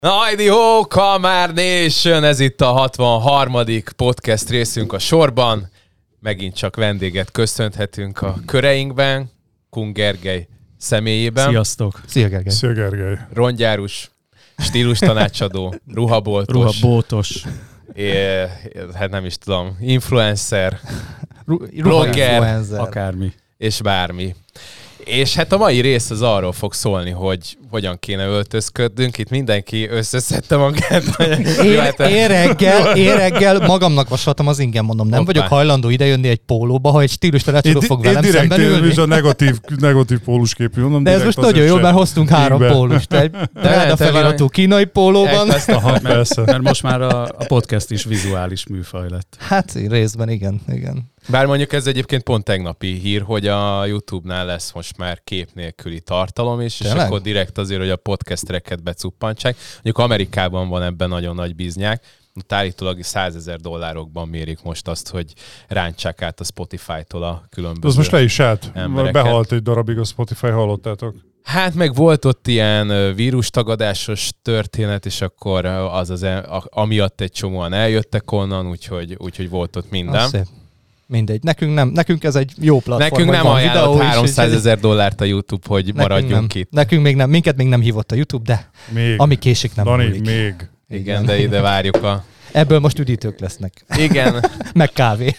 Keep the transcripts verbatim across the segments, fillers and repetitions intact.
Najdi ho, Kamár Nation! Ez itt a hatvanharmadik podcast részünk a sorban. Megint csak vendéget köszönhetünk a köreinkben. Kun Gergely személyében. Sziasztok! Szia Gergely! Szia Gergely! Rongyárus, stílustanácsadó, ruhaboltos. Ruhaboltos. É, hát nem is tudom, influencer, Ru- blogger, influencer. Akármi. és bármi. És hát a mai rész az arról fog szólni, hogy hogyan kéne öltözködnünk. Itt mindenki összeszedte magát. Én, én, reggel, én reggel magamnak vasaltam az ingem, mondom, nem Hoppá. vagyok hajlandó idejönni egy pólóba, ha egy stílustanácsadó fog velem én szemben ülni. Én a negatív, negatív pólusképű, mondom. De ez most nagyon jó, mert hoztunk három Végbe. pólust. Egy drága te feliratú kínai pólóban. Aha, mert, Persze. mert most már a, a podcast is vizuális műfaj lett. Hát részben igen, igen. Bár mondjuk ez egyébként pont tegnapi hír, hogy a YouTube-nál lesz most már kép nélküli tartalom is, és Tényleg? akkor direkt azért, hogy a podcastereket becuppantsák. Mondjuk Amerikában van ebben nagyon nagy biznyák, ott állítólag százezer dollárokban mérik most azt, hogy rántsák át a Spotify-tól a különböző Az most le is állt. embereket. Behalt egy darabig a Spotify, hallottátok? Hát meg volt ott ilyen vírustagadásos történet, és akkor az az, a, amiatt egy csomóan eljöttek onnan, úgyhogy, úgyhogy volt ott minden. Az szép. Mindegy. Nekünk nem, nekünk ez egy jó platform. Nekünk hogy nem van ajánlott videó is, háromszázezer dollárt a YouTube, hogy nekünk maradjunk nem. itt. Nekünk még nem, minket még nem hívott a YouTube, de Még. ami késik nem Dani, múlik. még. Igen, de ide várjuk a... Ebből most üdítők lesznek. Igen, Meg kávé.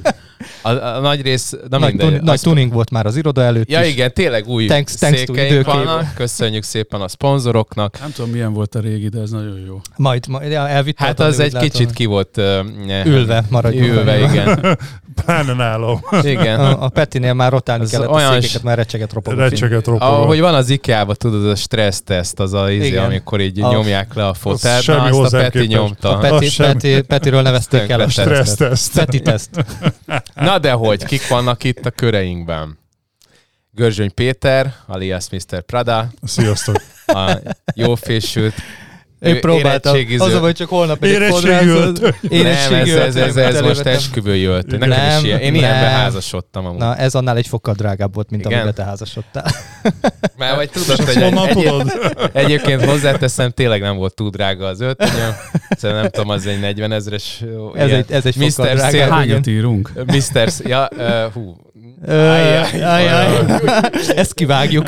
a, a nagy rész... Na Nagy, mindegy. tun- nagy Azt- tuning volt már az iroda előtt Ja is. igen, tényleg új Thanks- thanks to székeink időkép. vannak. Köszönjük szépen a szponzoroknak. Nem tudom, milyen volt a régi, de ez nagyon jó. Majd, majd ja, elvitte. Hát a az Dani, egy úgy látom. kicsit ki volt... Uh, Ülve maradjunk. Ülve, annyiban. igen. Pláne nálam. igen. A, a Petinél már rotálni Az kellett olyan a székeket, s- mert recseget ropogott. Recseget ropogott. Ahogy van az IKEA-ban, tudod, az a stresszteszt, az a izé, Igen. amikor így A- nyomják le a fotelt, semmi na azt a hozzám Peti képest. nyomta. A Peti, Az semmi. Peti, Petiről nevezték el a Tönkretett. Stressz teszt. Peti teszt. Na de hogy, kik vannak itt a köreinkben? Görzsöny Péter, alias miszter Prada, Sziasztok. a jó fésült, Én próbáltam. érettségiző. Az a baj, csak holnap egy Érettségült. Nem, ez, ez, ez, ez most elővettem. esküvői öltő. Nekem Nem, is ilyen. Én ilyenbe nem. házasodtam amúgy. Na, ez annál egy fokkal drágább volt, mint Igen? amiben te házasodtál. Már vagy tudod, Ezt hogy honnan egy, tudod? egyébként hozzáteszem, tényleg nem volt túl drága az öltönyöm. Szóval nem tudom, az egy negyven ezres. Ez egy, ez egy fokkal miszter drágább. Szél- Hányat írunk? miszter Sz- ja, uh, hú. Ö, Ajjaj. Ezt kivágjuk.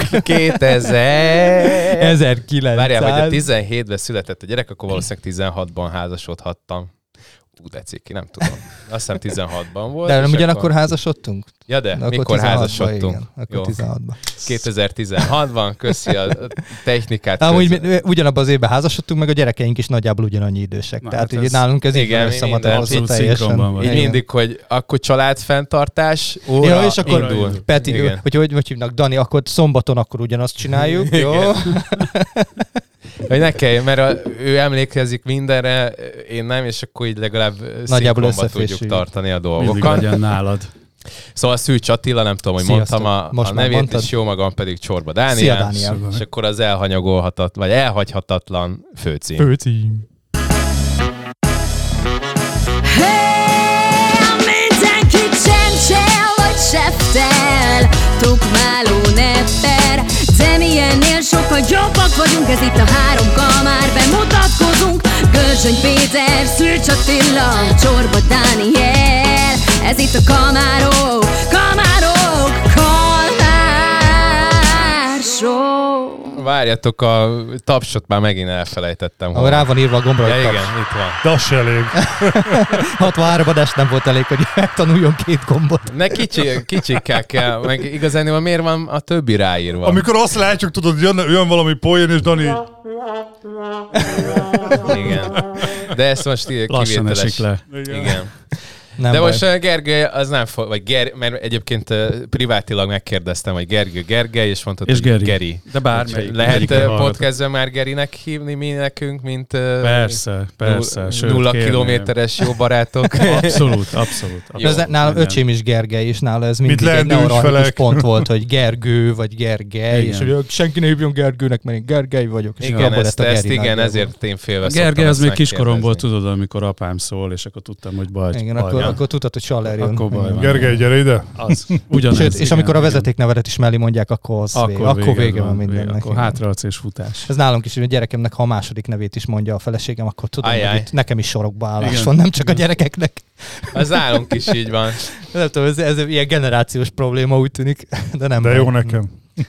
kétezer ezerkilencszáz. Várjál, hogy a tizenhétben született a gyerek, akkor valószínűleg tizenhatban házasodhattam. Ú, de ciki, nem tudom. Azt hiszem tizenhatban volt. De nem és ugyanakkor akkor... házasodtunk? Ja, de Akkor mikor tizenhatban, házasodtunk? Igen, akkor Jó. tizenhatban. kétezer-tizenhatban, köszi a technikát. Amúgy közben. mi- ugyanabban az évben házasodtunk, meg a gyerekeink is nagyjából ugyanannyi idősek. Na, Tehát hát ugye ez- nálunk ez így igen, van mi összematolva minden abszolút szinkronban van. Így Igen. mindig, hogy akkor családfenntartás, óra, Ja, és akkor indul. Peti, Igen. hogy, hogy hogy hívnak, Dani, akkor szombaton akkor ugyanazt csináljuk, jó? Hogy ne kell, mert a, ő emlékezik mindenre, én nem, és akkor így legalább Nagyjából szinkronba tudjuk összefésüljük. tartani a Mindig dolgokat. legyen nálad. Szóval Szűcs Attila, nem tudom, hogy Sziasztok. mondtam a, Most a már nevét, mondtad. és jó magam pedig Csorba Dániel. Szia, Dániel. És akkor az elhanyagolhatat, vagy elhagyhatatlan főcím. Főcím. Hey, mindenki csencsel vagy septel, tukmáló nepper, de mi ennél sokkal jobbak vagyunk, ez itt a három kamár, bemutatkozunk, Görzsöny Péter, Szűcs Attila, Csorba Dániel, ez itt a kamárok, kamárok, Kalmár Show. Várjatok, a tapsot már megint elfelejtettem. Ahol rá van írva a gombra, Ja, hogy igen, taps. itt van. De az se elég. hatvanhárom adás nem volt elég, hogy megtanuljon két gombot. Ne kicsi, kicsikkel kell, meg igazán miért van a többi ráírva? Amikor azt látjuk, tudod, jön, jön valami poén, és Dani... Igen. De ezt most így Lassan kivételes. esik le. Igen. Nem De baj. most uh, Gergely az nem fog, vagy Ger, mert egyébként uh, privátilag megkérdeztem, hogy Gergő Gergely, és mondtad, És hogy Geri. Geri. De bármelyik. Lehet Egyikre uh, hallgatok. podcastben már Gerinek hívni mi nekünk, mint uh, Persze, persze. null- sőt, nulla kérném. kilométeres jó barátok. Abszolút, abszolút. Jó. Ez, nálam igen. öcsém is Gergely, és nála ez mindig egy leendő neuralgikus ügyfelek. pont volt, hogy Gergő, vagy Gergely, Igen. és hogy senki ne hívjon Gergőnek, mert én Gergely vagyok. És Igen, abból ezt, lett a ezt Geri igen, nagyjából. ezért én félve A Gergely szoktam az ezt még kiskoromból megkérdezni. tudod, amikor apám szól, és akkor tudtam, hogy baj. Igen, baj akkor, van. akkor tudod, hogy Schaller jön. Akkor baj van. Gergely, gyere ide. Az. Ugyanez, Sőt, és igen, amikor a igen. vezetéknevedet is mellé mondják, akkor az vége, akkor vége, vége van mindennek. Akkor hátraadsz és futás. Ez nálunk is, hogy a gyerekemnek, ha a második nevét is mondja a feleségem, akkor tudom, Ajaj. hogy itt nekem is sorokba állás Igen. van, nem csak a gyerekeknek. Az nálunk is így van. Nem tudom, ez, ez ilyen generációs probléma úgy tűnik, de nem. De baj. jó nekem.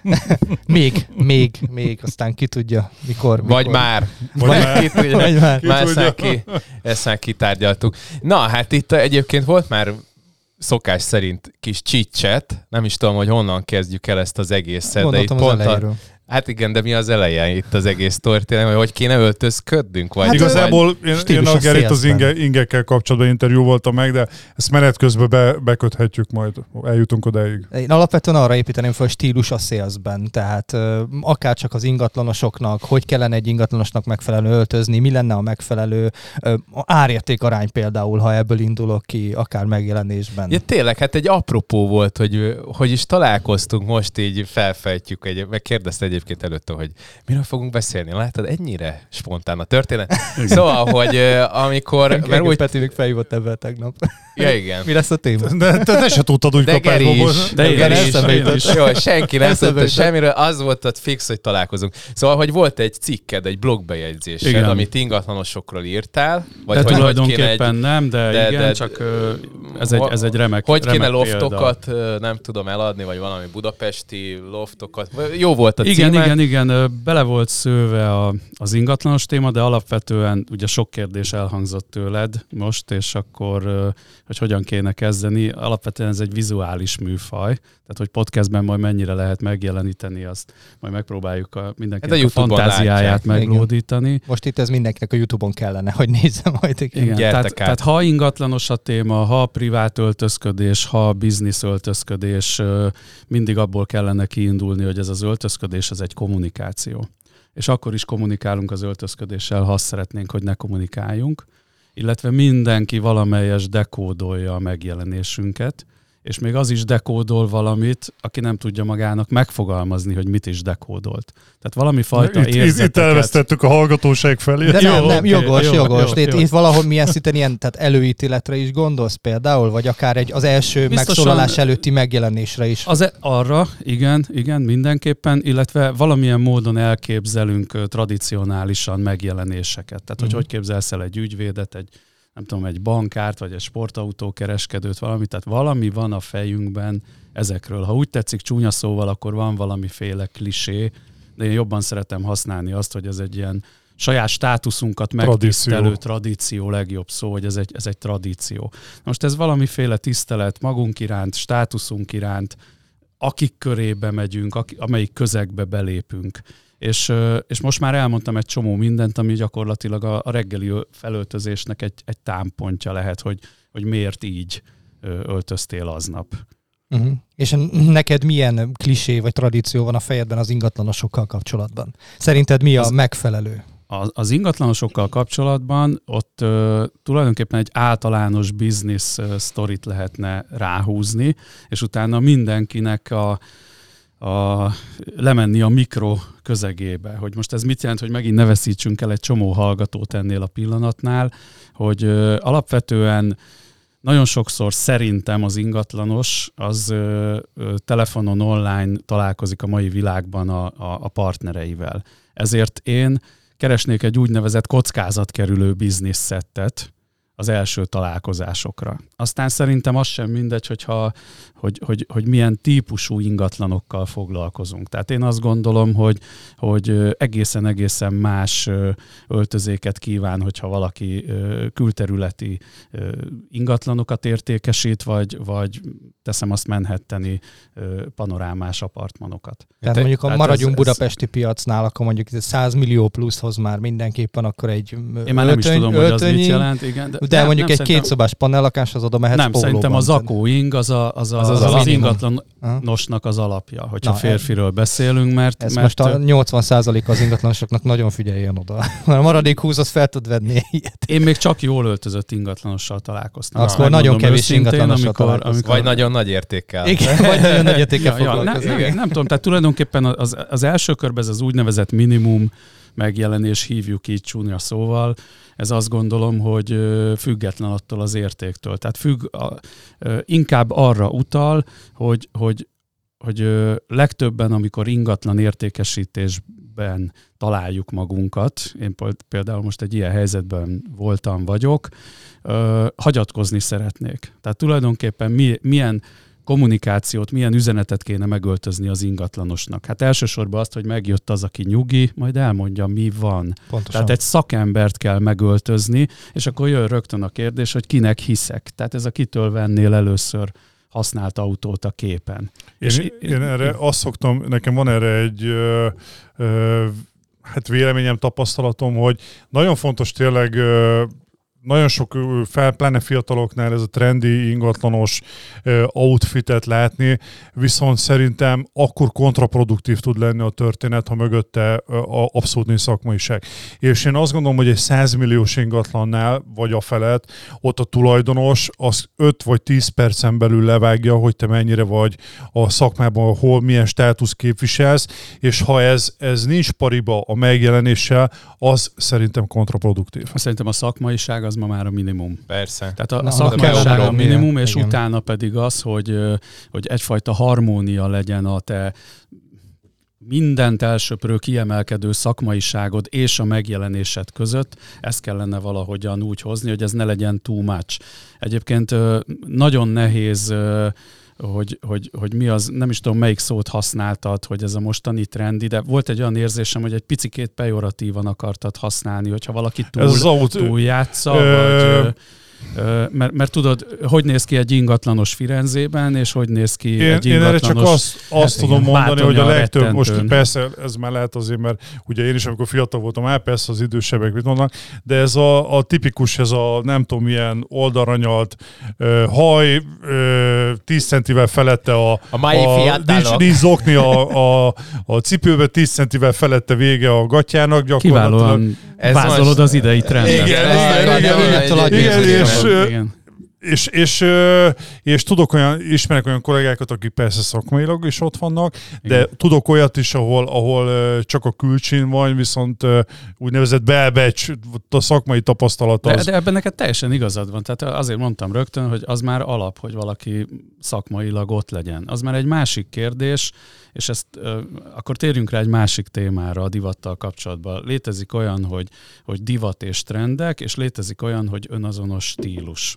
Még, még, még, aztán ki tudja, mikor. mikor. Vagy már. Vagy már. Ki tudja. Vagy már. Már Ki ezt tudja. ki, ezt már kitárgyaltuk. Na, hát itt egyébként volt már szokás szerint kis chit-chat. Nem is tudom, hogy honnan kezdjük el ezt az egészet. De itt Gondoltam az pont a, elejéről. hát igen, de mi az eleje itt az egész történet, hogy hogy kéne öltözködnünk? Vagy Hát Igazából én, én stílus a a Gerit az szélszben. inge, ingekkel kapcsolatban interjú voltam meg, de ezt menet közben be, beköthetjük majd. Eljutunk odáig. Én alapvetően arra építeném fel, hogy stílus a salesben, tehát ö, akár csak az ingatlanosoknak, hogy kellene egy ingatlanosnak megfelelő öltözni, mi lenne a megfelelő ö, árérték arány például, ha ebből indulok ki, akár megjelenésben. Ja, tényleg, hát egy apropó volt, hogy hogy is találkoztunk, most így felfejtjük, egy, meg kérdezte egyébként előtte, hogy miről fogunk beszélni. Látod, ennyire spontán a történet. Szóval, hogy ö, amikor... Mert Mert úgy, Petinek felhívott ebben tegnap. ja, igen. Mi lesz a téma? De te, te se tudtad úgy De Geri kapásból. is, De de én Geri is, is, én is. is. Jó, senki nem Eszembe tudta jutott. semmiről, az volt ott fix, hogy találkozunk. Szóval, hogy volt egy cikked, egy blogbejegyzésed, Igen. amit ingatlanosokról írtál, vagy De hogy, hogy tulajdonképpen kéne egy, nem, de, de- igen, de- csak ö, ez egy, ez egy remek hogy kéne remek példa. loftokat, ö, nem tudom eladni, vagy valami budapesti loftokat. Jó volt a Igen, címe. igen, igen, ö, bele volt szőve a, az ingatlanos téma, de alapvetően ugye sok kérdés elhangzott tőled most, és akkor, ö, hogy hogyan kéne kezdeni. Alapvetően ez egy vizuális műfaj, tehát hogy podcastben majd mennyire lehet megjeleníteni, azt majd megpróbáljuk a, mindenkinek Hát a a, a YouTube-on fantáziáját látják. meglódítani. Most itt ez mindenkinek a YouTube-on kellene, hogy nézzem majd. Igen. Igen, tehát, át. tehát ha ingatlanos a téma, ha privát öltözködés, ha biznisz öltözködés, ö, mindig abból kellene kiindulni, hogy ez az öltözködés, ez egy kommunikáció. És akkor is kommunikálunk az öltözködéssel, ha azt szeretnénk, hogy ne kommunikáljunk, illetve mindenki valamelyes dekódolja a megjelenésünket, és még az is dekódol valamit, aki nem tudja magának megfogalmazni, hogy mit is dekódolt. Tehát valami fajta Itt, itt, érzeteket... itt elvesztettük a hallgatóság felé. De Jó, nem, nem, oké, jogos, jó, jogos. jó, itt, jó. itt valahol milyen szinten ilyen, tehát előítéletre is gondolsz például, vagy akár egy, az első Biztosan- megszólalás előtti megjelenésre is. Az e- arra, igen, igen, mindenképpen, illetve valamilyon módon elképzelünk ö, tradicionálisan megjelenéseket. Tehát, hogy Mhm. hogy képzelsz el egy ügyvédet, egy nem tudom, egy bankárt, vagy egy sportautókereskedőt, valamit, tehát valami van a fejünkben ezekről. Ha úgy tetszik csúnya szóval, akkor van valamiféle klisé, de én jobban szeretem használni azt, hogy ez egy ilyen saját státuszunkat megtisztelő Tradíció. tradíció, legjobb szó, hogy ez egy, ez egy tradíció. Most ez valamiféle tisztelet magunk iránt, státuszunk iránt, akik körébe megyünk, akik, amelyik közegbe belépünk. És, ö, és most már elmondtam egy csomó mindent, ami gyakorlatilag a, a reggeli ö- felöltözésnek egy, egy támpontja lehet, hogy, hogy miért így ö, öltöztél aznap. Uh-huh. És neked milyen klisé vagy tradíció van a fejedben az ingatlanosokkal kapcsolatban? Szerinted mi a Az- megfelelő? Az, az ingatlanosokkal kapcsolatban ott ö, tulajdonképpen egy általános biznisz ö, sztorit lehetne ráhúzni, és utána mindenkinek a, a, lemenni a mikro közegébe. Hogy most ez mit jelent, hogy megint ne veszítsünk el egy csomó hallgatót ennél a pillanatnál, hogy ö, alapvetően nagyon sokszor szerintem az ingatlanos az ö, ö, telefonon online találkozik a mai világban a, a, a partnereivel. Ezért én keresnék egy úgynevezett kockázatkerülő bizniszszettet az első találkozásokra. Aztán szerintem az sem mindegy, hogyha, hogy, hogy, hogy milyen típusú ingatlanokkal foglalkozunk. Tehát én azt gondolom, hogy, hogy egészen-egészen más öltözéket kíván, hogyha valaki külterületi ingatlanokat értékesít, vagy, vagy teszem azt Manhattani panorámás apartmanokat. Tehát Te- mondjuk, ha hát maradjunk ez- ez- budapesti piacnál, akkor mondjuk száz millió pluszhoz már mindenképpen akkor egy Én már nem is öltöny- tudom, hogy az öltönyi, mit jelent. Igen, de nem, mondjuk nem egy szerintem- kétszobás panellakás, az oda mehetsz Nem, pólóban. szerintem az akóing az a, az, a, Az az, az az, alap. az Aha. ingatlanosnak az alapja, hogyha Na, férfiről beszélünk, mert, Ez mert most a nyolcvan százalék az ingatlanosoknak nagyon figyeljen oda. Mert a maradék húsz az fel tud venni ilyet. én még csak jól öltözött ingatlanossal találkoztam. Azt Megmondom nagyon kevés őszintén, ingatlanossal amikor, találkoztam. amikor, Vagy nagyon nagy értékkel. Igen, vagy nagyon nagy értékkel ja, ja, ne, foglalkozni. nem, nem tudom, tehát tulajdonképpen az, az első körben ez az úgynevezett minimum megjelenés, hívjuk így csúnya szóval, ez azt gondolom, hogy független attól az értéktől. Tehát függ, a, inkább arra utal, hogy, hogy, hogy legtöbben, amikor ingatlan értékesítésben találjuk magunkat, én például most egy ilyen helyzetben voltam, vagyok, hagyatkozni szeretnék. Tehát tulajdonképpen mi, milyen kommunikációt, milyen üzenetet kéne megöltözni az ingatlanosnak? Hát elsősorban azt, hogy megjött az, aki nyugi, majd elmondja, mi van. Pontosan. Tehát egy szakembert kell megöltözni, és akkor jön rögtön a kérdés, hogy kinek hiszek. Tehát ez a kitől vennél először használt autót a képen. Én, és én, én erre azt szoktam, nekem van erre egy ö, ö, hát véleményem, tapasztalatom, hogy nagyon fontos tényleg ö, nagyon sok, fel, pláne fiataloknál ez a trendi, ingatlanos uh, outfitet látni, viszont szerintem akkor kontraproduktív tud lenni a történet, ha mögötte uh, abszolút nincs szakmaiság. És én azt gondolom, hogy egy száz milliós ingatlannál, vagy a felett, ott a tulajdonos az öt vagy tíz percen belül levágja, hogy te mennyire vagy a szakmában, hol, milyen státusz képviselsz, és ha ez, ez nincs pariba a megjelenéssel, az szerintem kontraproduktív. Szerintem a szakmaiság az ma már a minimum. Persze. Tehát a, Na, a szakmaiság a minimum, és igen. utána pedig az, hogy, hogy egyfajta harmónia legyen a te mindent elsöprő, kiemelkedő szakmaiságod és a megjelenésed között. Ezt kellene valahogyan úgy hozni, hogy ez ne legyen too much. Egyébként nagyon nehéz, hogy, hogy, hogy mi az, nem is tudom, melyik szót használtad, hogy ez a mostani trendi, de volt egy olyan érzésem, hogy egy picikét pejoratívan akartad használni, hogyha valaki túl, túl játsza, ö... vagy... Mert, mert tudod, hogy néz ki egy ingatlanos Firenzében, és hogy néz ki én, egy én ingatlanos... Én erre csak azt, azt hát tudom igen, mondani, hogy a legtöbb, rettentőn. most persze ez már lehet azért, mert ugye én is, amikor fiatal voltam, el persze az idősebbek mit mondanak, de ez a, a tipikus, ez a nem tudom milyen oldalranyalt uh, haj, uh, tíz centivel felette a... A mai a, fiatalok. Nincs, nincs zokni a, a, a cipőbe, tíz centivel felette vége a gatyának, gyakorlatilag. Kiválóan vázolod az idei trendet. Igen, igen, igen, igen, igen, és, igen. És, és, és tudok olyan, ismerek olyan kollégákat, akik persze szakmailag is ott vannak, de igen. tudok olyat is, ahol, ahol csak a külcsin van, viszont úgynevezett belbecs, a szakmai tapasztalat az. De, de ebben neked teljesen igazad van. Tehát azért mondtam rögtön, hogy az már alap, hogy valaki szakmailag ott legyen. Az már egy másik kérdés, és ezt akkor térjünk rá egy másik témára a divattal kapcsolatban. Létezik olyan, hogy, hogy divat és trendek, és létezik olyan, hogy önazonos stílus.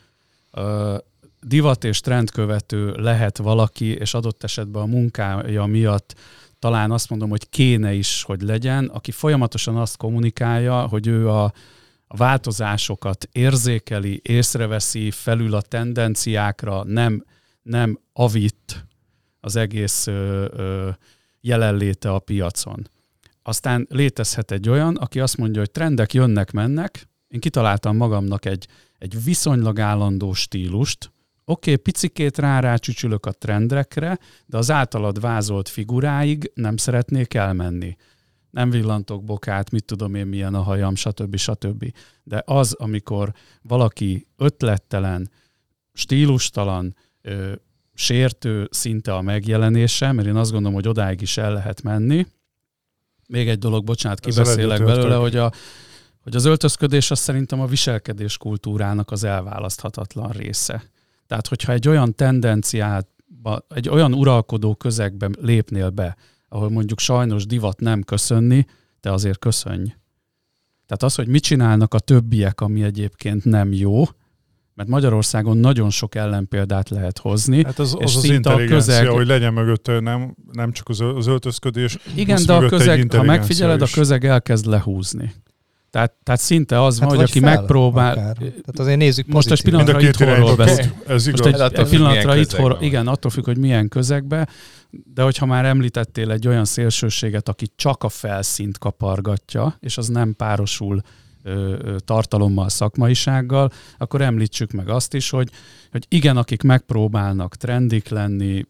Uh, divat és trendkövető lehet valaki, és adott esetben a munkája miatt talán azt mondom, hogy kéne is, hogy legyen, aki folyamatosan azt kommunikálja, hogy ő a, a változásokat érzékeli, észreveszi, felül a tendenciákra, nem, nem avít az egész ö, ö, jelenléte a piacon. Aztán létezhet egy olyan, aki azt mondja, hogy trendek jönnek-mennek, én kitaláltam magamnak egy egy viszonylag állandó stílust. Oké, okay, picikét rá-rácsücsülök a trendekre, de az általad vázolt figuráig nem szeretnék elmenni. Nem villantok bokát, mit tudom én, milyen a hajam, stb. stb. De az, amikor valaki ötlettelen, stílustalan, ö, sértő szinte a megjelenése, mert én azt gondolom, hogy odáig is el lehet menni. Még egy dolog, bocsánat, kibeszélek belőle, hogy a hogy az öltözködés az szerintem a viselkedés kultúrának az elválaszthatatlan része. Tehát, hogyha egy olyan tendenciába, egy olyan uralkodó közegbe lépnél be, ahol mondjuk sajnos divat nem köszönni, te azért köszönj. Tehát az, hogy mit csinálnak a többiek, ami egyébként nem jó, mert Magyarországon nagyon sok ellenpéldát lehet hozni. Hát az és az, az intelligencia, közeg... hogy legyen mögötte nem, nem csak az öltözködés. Igen, de a közeg, ha megfigyeled, is. A közeg elkezd lehúzni. Tehát, tehát szinte az hát van, hogy aki fel, megpróbál... Akár. Tehát azért nézzük most egy pillanatra itthonról beszélünk. Ez most egy, egy pillanatra itthon, igen, attól függ, hogy milyen közegbe, de hogyha már említettél egy olyan szélsőséget, aki csak a felszínt kapargatja, és az nem párosul ö, ö, tartalommal, szakmaisággal, akkor említsük meg azt is, hogy, hogy igen, akik megpróbálnak trendik lenni,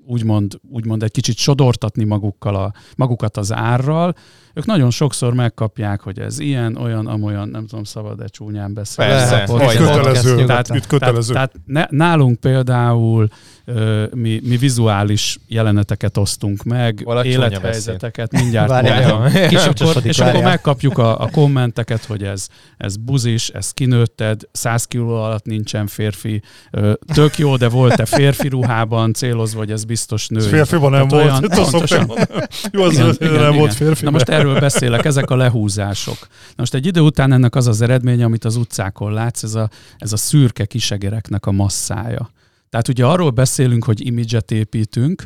úgymond, úgymond egy kicsit sodortatni magukkal a, magukat az árral, ők nagyon sokszor megkapják, hogy ez ilyen, olyan, amolyan, nem tudom, szabad-e csúnyán beszélni. Persze, hogy kötelező. Tehát, tehát, kötelező. tehát, tehát ne, nálunk például ö, mi, mi vizuális jeleneteket osztunk meg, Valaki élethelyzeteket, mindjárt Várjál, mondom. És, akkor, Kicsosodik, és akkor várjál. megkapjuk a, a kommenteket, hogy ez, ez buzis, ez kinőtted, száz kiló alatt nincsen férfi, ö, tök jó, de volt-e férfi ruhában célozva, vagy ez biztos női. Ez férfiban nem Tehát volt. olyan- pontosan. Jó, az Igen, nem igen, volt igen. férfi. Na most erről beszélek, ezek a lehúzások. Na most egy idő után ennek az az eredménye, amit az utcákon látsz, ez a, ez a szürke kisegereknek a masszája. Tehát ugye arról beszélünk, hogy imidzset építünk,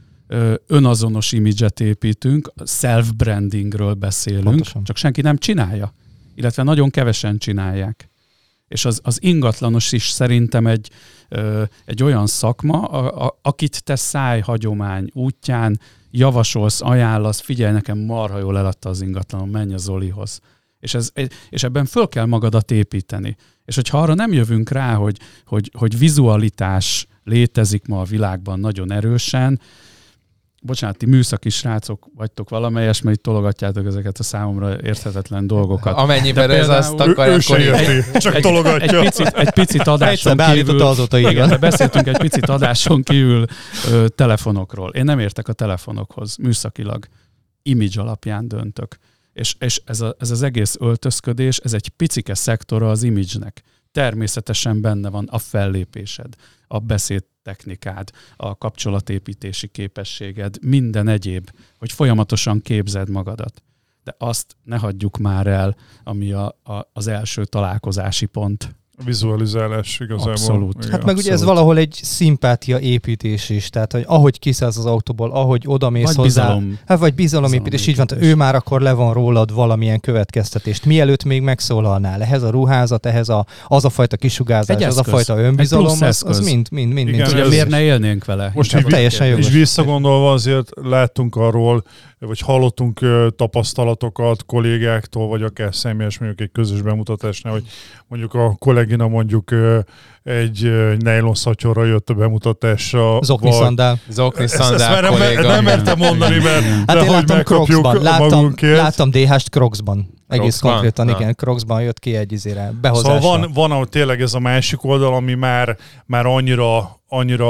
önazonos imidzset építünk, self-brandingről beszélünk, Pontosan. csak senki nem csinálja. Illetve nagyon kevesen csinálják. És az, az ingatlanos is szerintem egy, ö, egy olyan szakma, a, a, akit te szájhagyomány útján javasolsz, ajánlasz, figyelj, nekem marha jól eladta az ingatlanom, menj a Zolihoz. És, ez, és ebben föl kell magadat építeni. És hogyha arra nem jövünk rá, hogy, hogy, hogy vizualitás létezik ma a világban nagyon erősen, bocsánat, ti műszaki srácok vagytok valamelyes, mert itt tologatjátok ezeket a számomra érthetetlen dolgokat. Amennyiben De ez például- azt Ő, akar, ő se akkor érti, csak egy, tologatja. egy, picit, egy picit adáson Egyszer beállította kívül, azóta, igen, igen. de beszéltünk egy picit adáson kívül ö, telefonokról. Én nem értek a telefonokhoz, műszakilag. Image alapján döntök. És, és ez, a, ez az egész öltözködés, ez egy picike szektora az image-nek. Természetesen benne van a fellépésed, a beszédtechnikád, a kapcsolatépítési képességed, minden egyéb, hogy folyamatosan képzeld magadat. De azt ne hagyjuk már el, ami a, a, az első találkozási pont. Vizualizálás igazából. Abszolút. Igen. Hát meg ugye ez Abszolút. valahol egy szimpátia építés is, tehát hogy ahogy kiszállsz az autóból, ahogy odamész Vagy hozzá. bizalom. Hát vagy bizalomépítés, így van, tehát ő már akkor le van rólad valamilyen következtetést, mielőtt még megszólalnál. Ehhez a ruházat, ehhez a, az a fajta kisugárzás, Egy az a eszköz. fajta Egy önbizalom, plusz az, eszköz. az mind, mind, mind, Igen, mind. Ugye ez- miért ne élnénk vele? Most Inkább így, teljesen jogos. és visszagondolva azért láttunk arról, vagy hallottunk ö, tapasztalatokat kollégáktól, vagy akár személyes, mondjuk egy közös bemutatásnál, hogy mondjuk a kollégina mondjuk ö, egy ö, nejlon szatyorra jött a bemutatásra. Zokni vagy- szandál. Zokni Ezt, ezt szandál már nem, kolléga. nem mertem mondani, mert Igen. Hát de én hogy láttam megkapjuk Crocsban, láttam, magunkért. láttam dé há-st Crocsban. Egész Crocsban? konkrétan, Na. igen, Crocsban jött ki egy izére, behozásra. Szóval van, van ahol tényleg ez a másik oldal, ami már, már annyira, annyira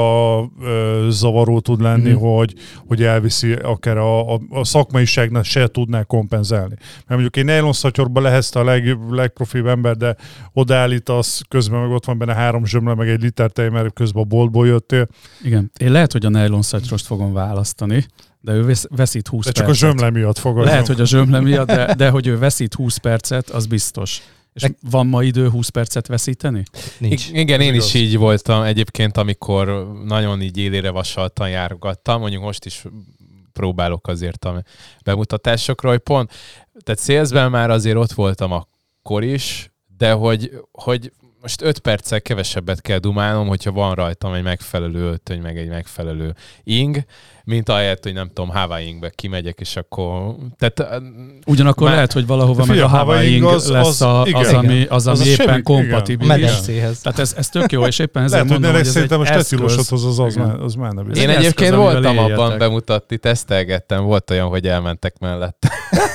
ö, zavaró tud lenni, Mhm. hogy, hogy elviszi akár a, a, a szakmaiságnak se tudná kompenzálni. Mert mondjuk egy nylon szatyorba lehetsz a leg, legprofibb ember, de odaállítasz, közben meg ott van benne három zsömle, meg egy liter tej, mert közben a boltból jöttél, Igen. Én lehet, hogy a nylon szatyrost fogom választani, de ő vesz, veszít húsz de csak a percet. zsömle miatt fogadom. Lehet, hogy a zsömle miatt, de, de hogy ő veszít húsz percet, az biztos. És De- van ma idő húsz percet veszíteni? Nincs. I- igen, Ez én is igaz. így voltam egyébként, amikor nagyon így élére vasaltan járogattam, mondjuk most is próbálok azért a bemutatásokról, hogy pont, tehát szélzben már azért ott voltam akkor is, de hogy, hogy most öt perccel kevesebbet kell dumálnom, hogyha van rajtam egy megfelelő öltöny, meg egy megfelelő ing, mint ahelyett, hogy nem tudom, Hawaii ingbe kimegyek, és akkor... Tehát, Ugyanakkor Már- lehet, hogy valahova De meg a figyelj, Hawaii ing Hawaii az- lesz az- a, az, igen. ami, az, ami Az a éppen semmi- kompatibilis. A medencéhez. Tehát ez, ez tök jó, és éppen ezért Lehet, hogy mondom, ne hogy ez egy szerintem most eszköz. tetszilósodhoz az, az, Igen. már- az már nem Ez én egy egyébként eszköz, amivel voltam abban éljetek. bemutatni, tesztelgettem, volt olyan, hogy elmentek mellette.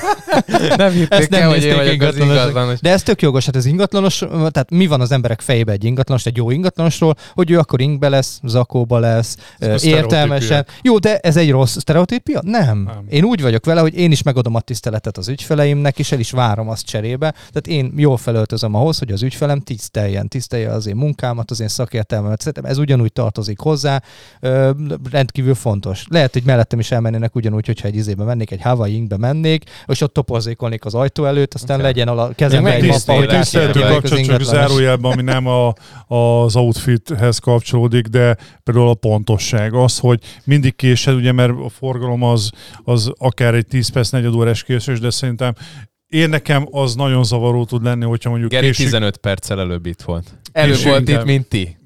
nem hitték Ezt nem el, hogy én nézték vagyok az ingatlanosok. ingatlanos. De ez tök jogos, hát ez ingatlanos, tehát mi van az emberek fejében egy ingatlanos, egy jó ingatlanosról, hogy ő akkor ingbe lesz, zakóba lesz, Ez a értelmesen. Jó, de ez egy rossz sztereotípia? Nem. Nem. Én úgy vagyok vele, hogy én is megadom a tiszteletet az ügyfeleimnek, és el is várom azt cserébe. Tehát én jól felöltözöm ahhoz, hogy az ügyfelem tiszteljen, tisztelje az én munkámat, az én szakértelmemet. Szerintem ez ugyanúgy tartozik hozzá, ö, rendkívül fontos. Lehet, hogy mellettem is elmennének ugyanúgy, hogyha egy izébe mennék, egy Hawaii ingbe mennék, és ott toporzékolnék az ajtó előtt, aztán Okay. legyen a kezembe Még egy meg mappa, hogy tisztelet, átjárják tiszteletű az kapcsolat, csak ingatlanos. zárójelben, ami nem a, az outfithez kapcsolódik, de például a pontosság. Az, hogy mindig késed, ugye, mert a forgalom az, az akár egy tíz perc, negyed órás késés, de szerintem én nekem az nagyon zavaró tud lenni, hogyha mondjuk Geri késik. tizenöt perccel előbb itt volt. Előbb Késő volt inkább. itt, mint ti.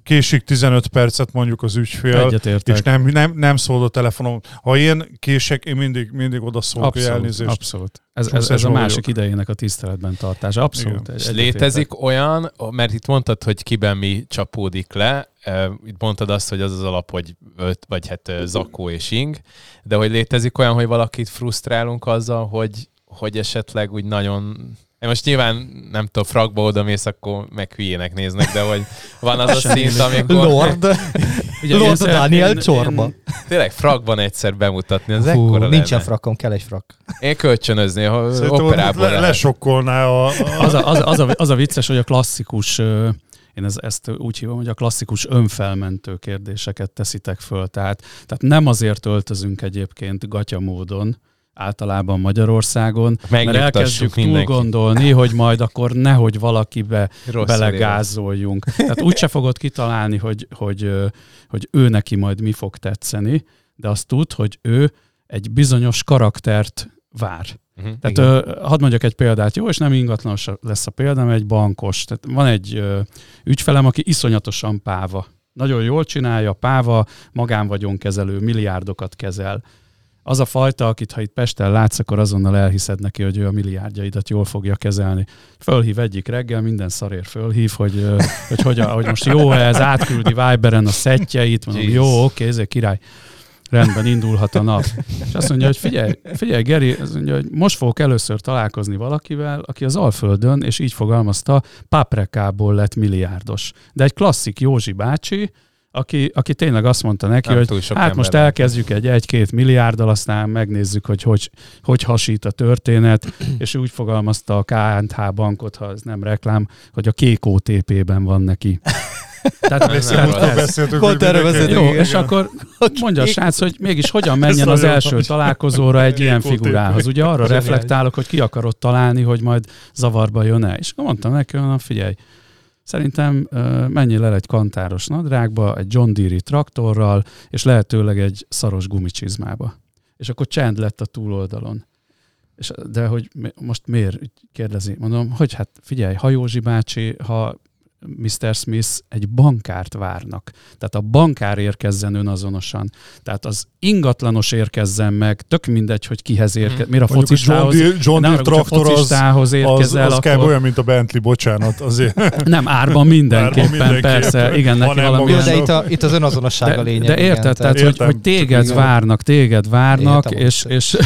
késik tizenöt percet mondjuk az ügyfél, Egyetértek. és nem, nem, nem szól a telefonom. Ha én kések, én mindig, mindig oda szólok, hogy elnézést. Abszolút. Ez, ez, ez a másik idejének a tiszteletben tartása. Abszolút. És létezik olyan, mert itt mondtad, hogy kiben mi csapódik le, itt mondtad azt, hogy az az alap, hogy öt, vagy hát zakó és ing, de hogy létezik olyan, hogy valakit frusztrálunk azzal, hogy, hogy esetleg úgy nagyon... Én most nyilván nem tudom, frakba odamész, akkor meg hülyének néznek, de hogy van az a szint, amikor... Lord, Ugye, Lord én Daniel én, csorba. Én... Tényleg frakban egyszer bemutatni, az Hú, ekkora lenne. nincsen frakom, kell egy frak. Én kölcsönözni, ha Szerintem operából le, lesokkolná a... a... Az, a, az, a, az, a, az a vicces, hogy a klasszikus, én ez, ezt úgy hívom, hogy a klasszikus önfelmentő kérdéseket teszitek föl. Tehát, tehát nem azért öltözünk egyébként gatya módon, általában Magyarországon, mert elkezdjük túl gondolni, hogy majd akkor nehogy valakibe Rosszul belegázoljunk. Éve. Tehát úgyse fogod kitalálni, hogy, hogy, hogy ő neki majd mi fog tetszeni, de azt tud, hogy ő egy bizonyos karaktert vár. Uh-huh, Tehát ö, hadd mondjak egy példát, jó, és nem ingatlanos lesz a példa, mert egy bankos. Tehát van egy ö, ügyfelem, aki iszonyatosan páva. Nagyon jól csinálja, páva, magánvagyonkezelő, milliárdokat kezel. Az a fajta, akit ha itt Pesten látsz, akkor azonnal elhiszed neki, hogy ő a milliárdjaidat jól fogja kezelni. Fölhív egyik reggel, minden szarér fölhív, hogy, hogy, hogy, hogy most jó-e, ez átküldi Viberen a szettjeit, mondom, Jeez. Jó, oké, ez egy király. Rendben, indulhat a nap. És azt mondja, hogy figyelj, figyelj Geri, azt mondja, hogy most fogok először találkozni valakivel, aki az Alföldön, és így fogalmazta, paprekából lett milliárdos. De egy klasszik Józsi bácsi, Aki, aki tényleg azt mondta neki, nem hogy hát most elkezdjük egy egy-két milliárddal, aztán megnézzük, hogy hogy, hogy hasít a történet, és úgy fogalmazta a ká és há bankot, ha ez nem reklám, hogy a kék ó té pé-ben van neki. Tehát beszéltük, jó, és akkor mondja a srác, hogy mégis hogyan menjen az első találkozóra egy ilyen figurához. Ugye arra reflektálok, hogy ki akarod találni, hogy majd zavarba jön-e. És akkor mondtam neki, hogy figyelj, szerintem uh, menjél el egy kantáros nadrágba, egy John Deere traktorral, és lehetőleg egy szaros gumicsizmába. És akkor csend lett a túloldalon. És, de hogy most miért kérdezi? Mondom, hogy hát figyelj, ha Józsi bácsi, ha miszter Smith egy bankárt várnak. Tehát a bankár érkezzen önazonosan. Tehát az ingatlanos érkezzen meg, tök mindegy, hogy kihez érkezzen. Mire a focistához, John, John Deere traktor az, érkezel, az, az akkor... olyan, mint a Bentley, bocsánat. Azért. Nem, árban mindenképpen, árban mindenképpen. Persze. Igen, neki valami... Jó, de itt, a, itt az önazonosság a lényeg. De érted, igen, tehát, hogy, hogy téged igen. várnak, téged várnak, értem, és, és,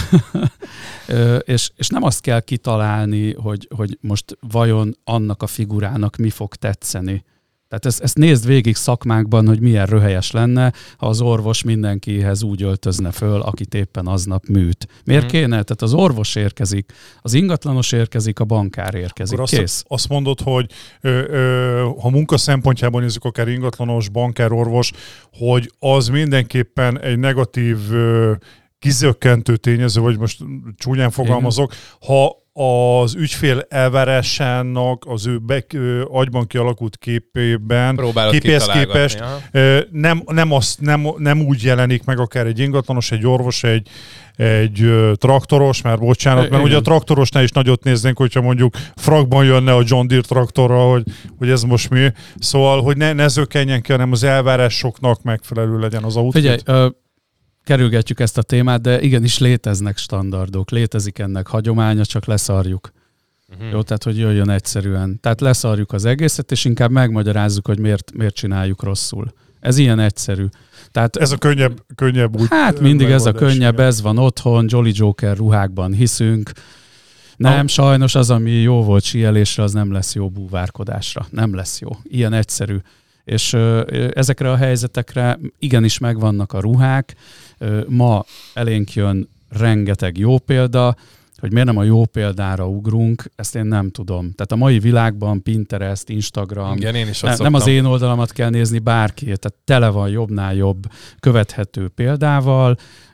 és, és nem azt kell kitalálni, hogy, hogy most vajon annak a figurának mi fog tetszeni. Tehát ezt, ezt nézd végig szakmákban, hogy milyen röhelyes lenne, ha az orvos mindenkihez úgy öltözne föl, akit éppen aznap műt. Miért hmm. kéne? Tehát az orvos érkezik, az ingatlanos érkezik, a bankár érkezik. Akkor Kész. Azt, azt mondod, hogy ö, ö, ha munka szempontjából nézzük, akár ingatlanos, bankár, orvos, hogy az mindenképpen egy negatív ö, kizökkentő tényező, vagy most csúnyán fogalmazok, ha az ügyfél elvárásának az ő be, ö, agyban kialakult képében, képéhez képest ö, nem, nem, azt, nem, nem úgy jelenik meg akár egy ingatlanos, egy orvos, egy, egy ö, traktoros, már bocsánat, mert igen. ugye a traktorosnál is nagyot néznénk, hogyha mondjuk frakban jönne a John Deere traktorral, hogy, hogy ez most mi. Szóval, hogy ne, ne zökkenjen ki, hanem az elvárásoknak megfelelő legyen az outfit. Figyelj, ö- kerülgetjük ezt a témát, de igenis léteznek standardok, létezik ennek hagyománya, csak leszarjuk. Uh-huh. Jó, tehát hogy jöjjön egyszerűen. Tehát leszarjuk az egészet, és inkább megmagyarázzuk, hogy miért, miért csináljuk rosszul. Ez ilyen egyszerű. Tehát, ez a könnyebb, könnyebb úgy. Hát mindig ez a könnyebb, igen. Ez van otthon, Jolly Joker ruhákban hiszünk. Nem, ah. sajnos az, ami jó volt síelésre, az nem lesz jó búvárkodásra. Nem lesz jó. Ilyen egyszerű. És ö, ezekre a helyzetekre igenis megvannak a ruhák. Ö, ma elénk jön rengeteg jó példa, hogy miért nem a jó példára ugrunk, ezt én nem tudom. Tehát a mai világban Pinterest, Instagram, igen, én is ne, nem az én oldalamat kell nézni, bárki, tehát tele van jobbnál jobb követhető példával.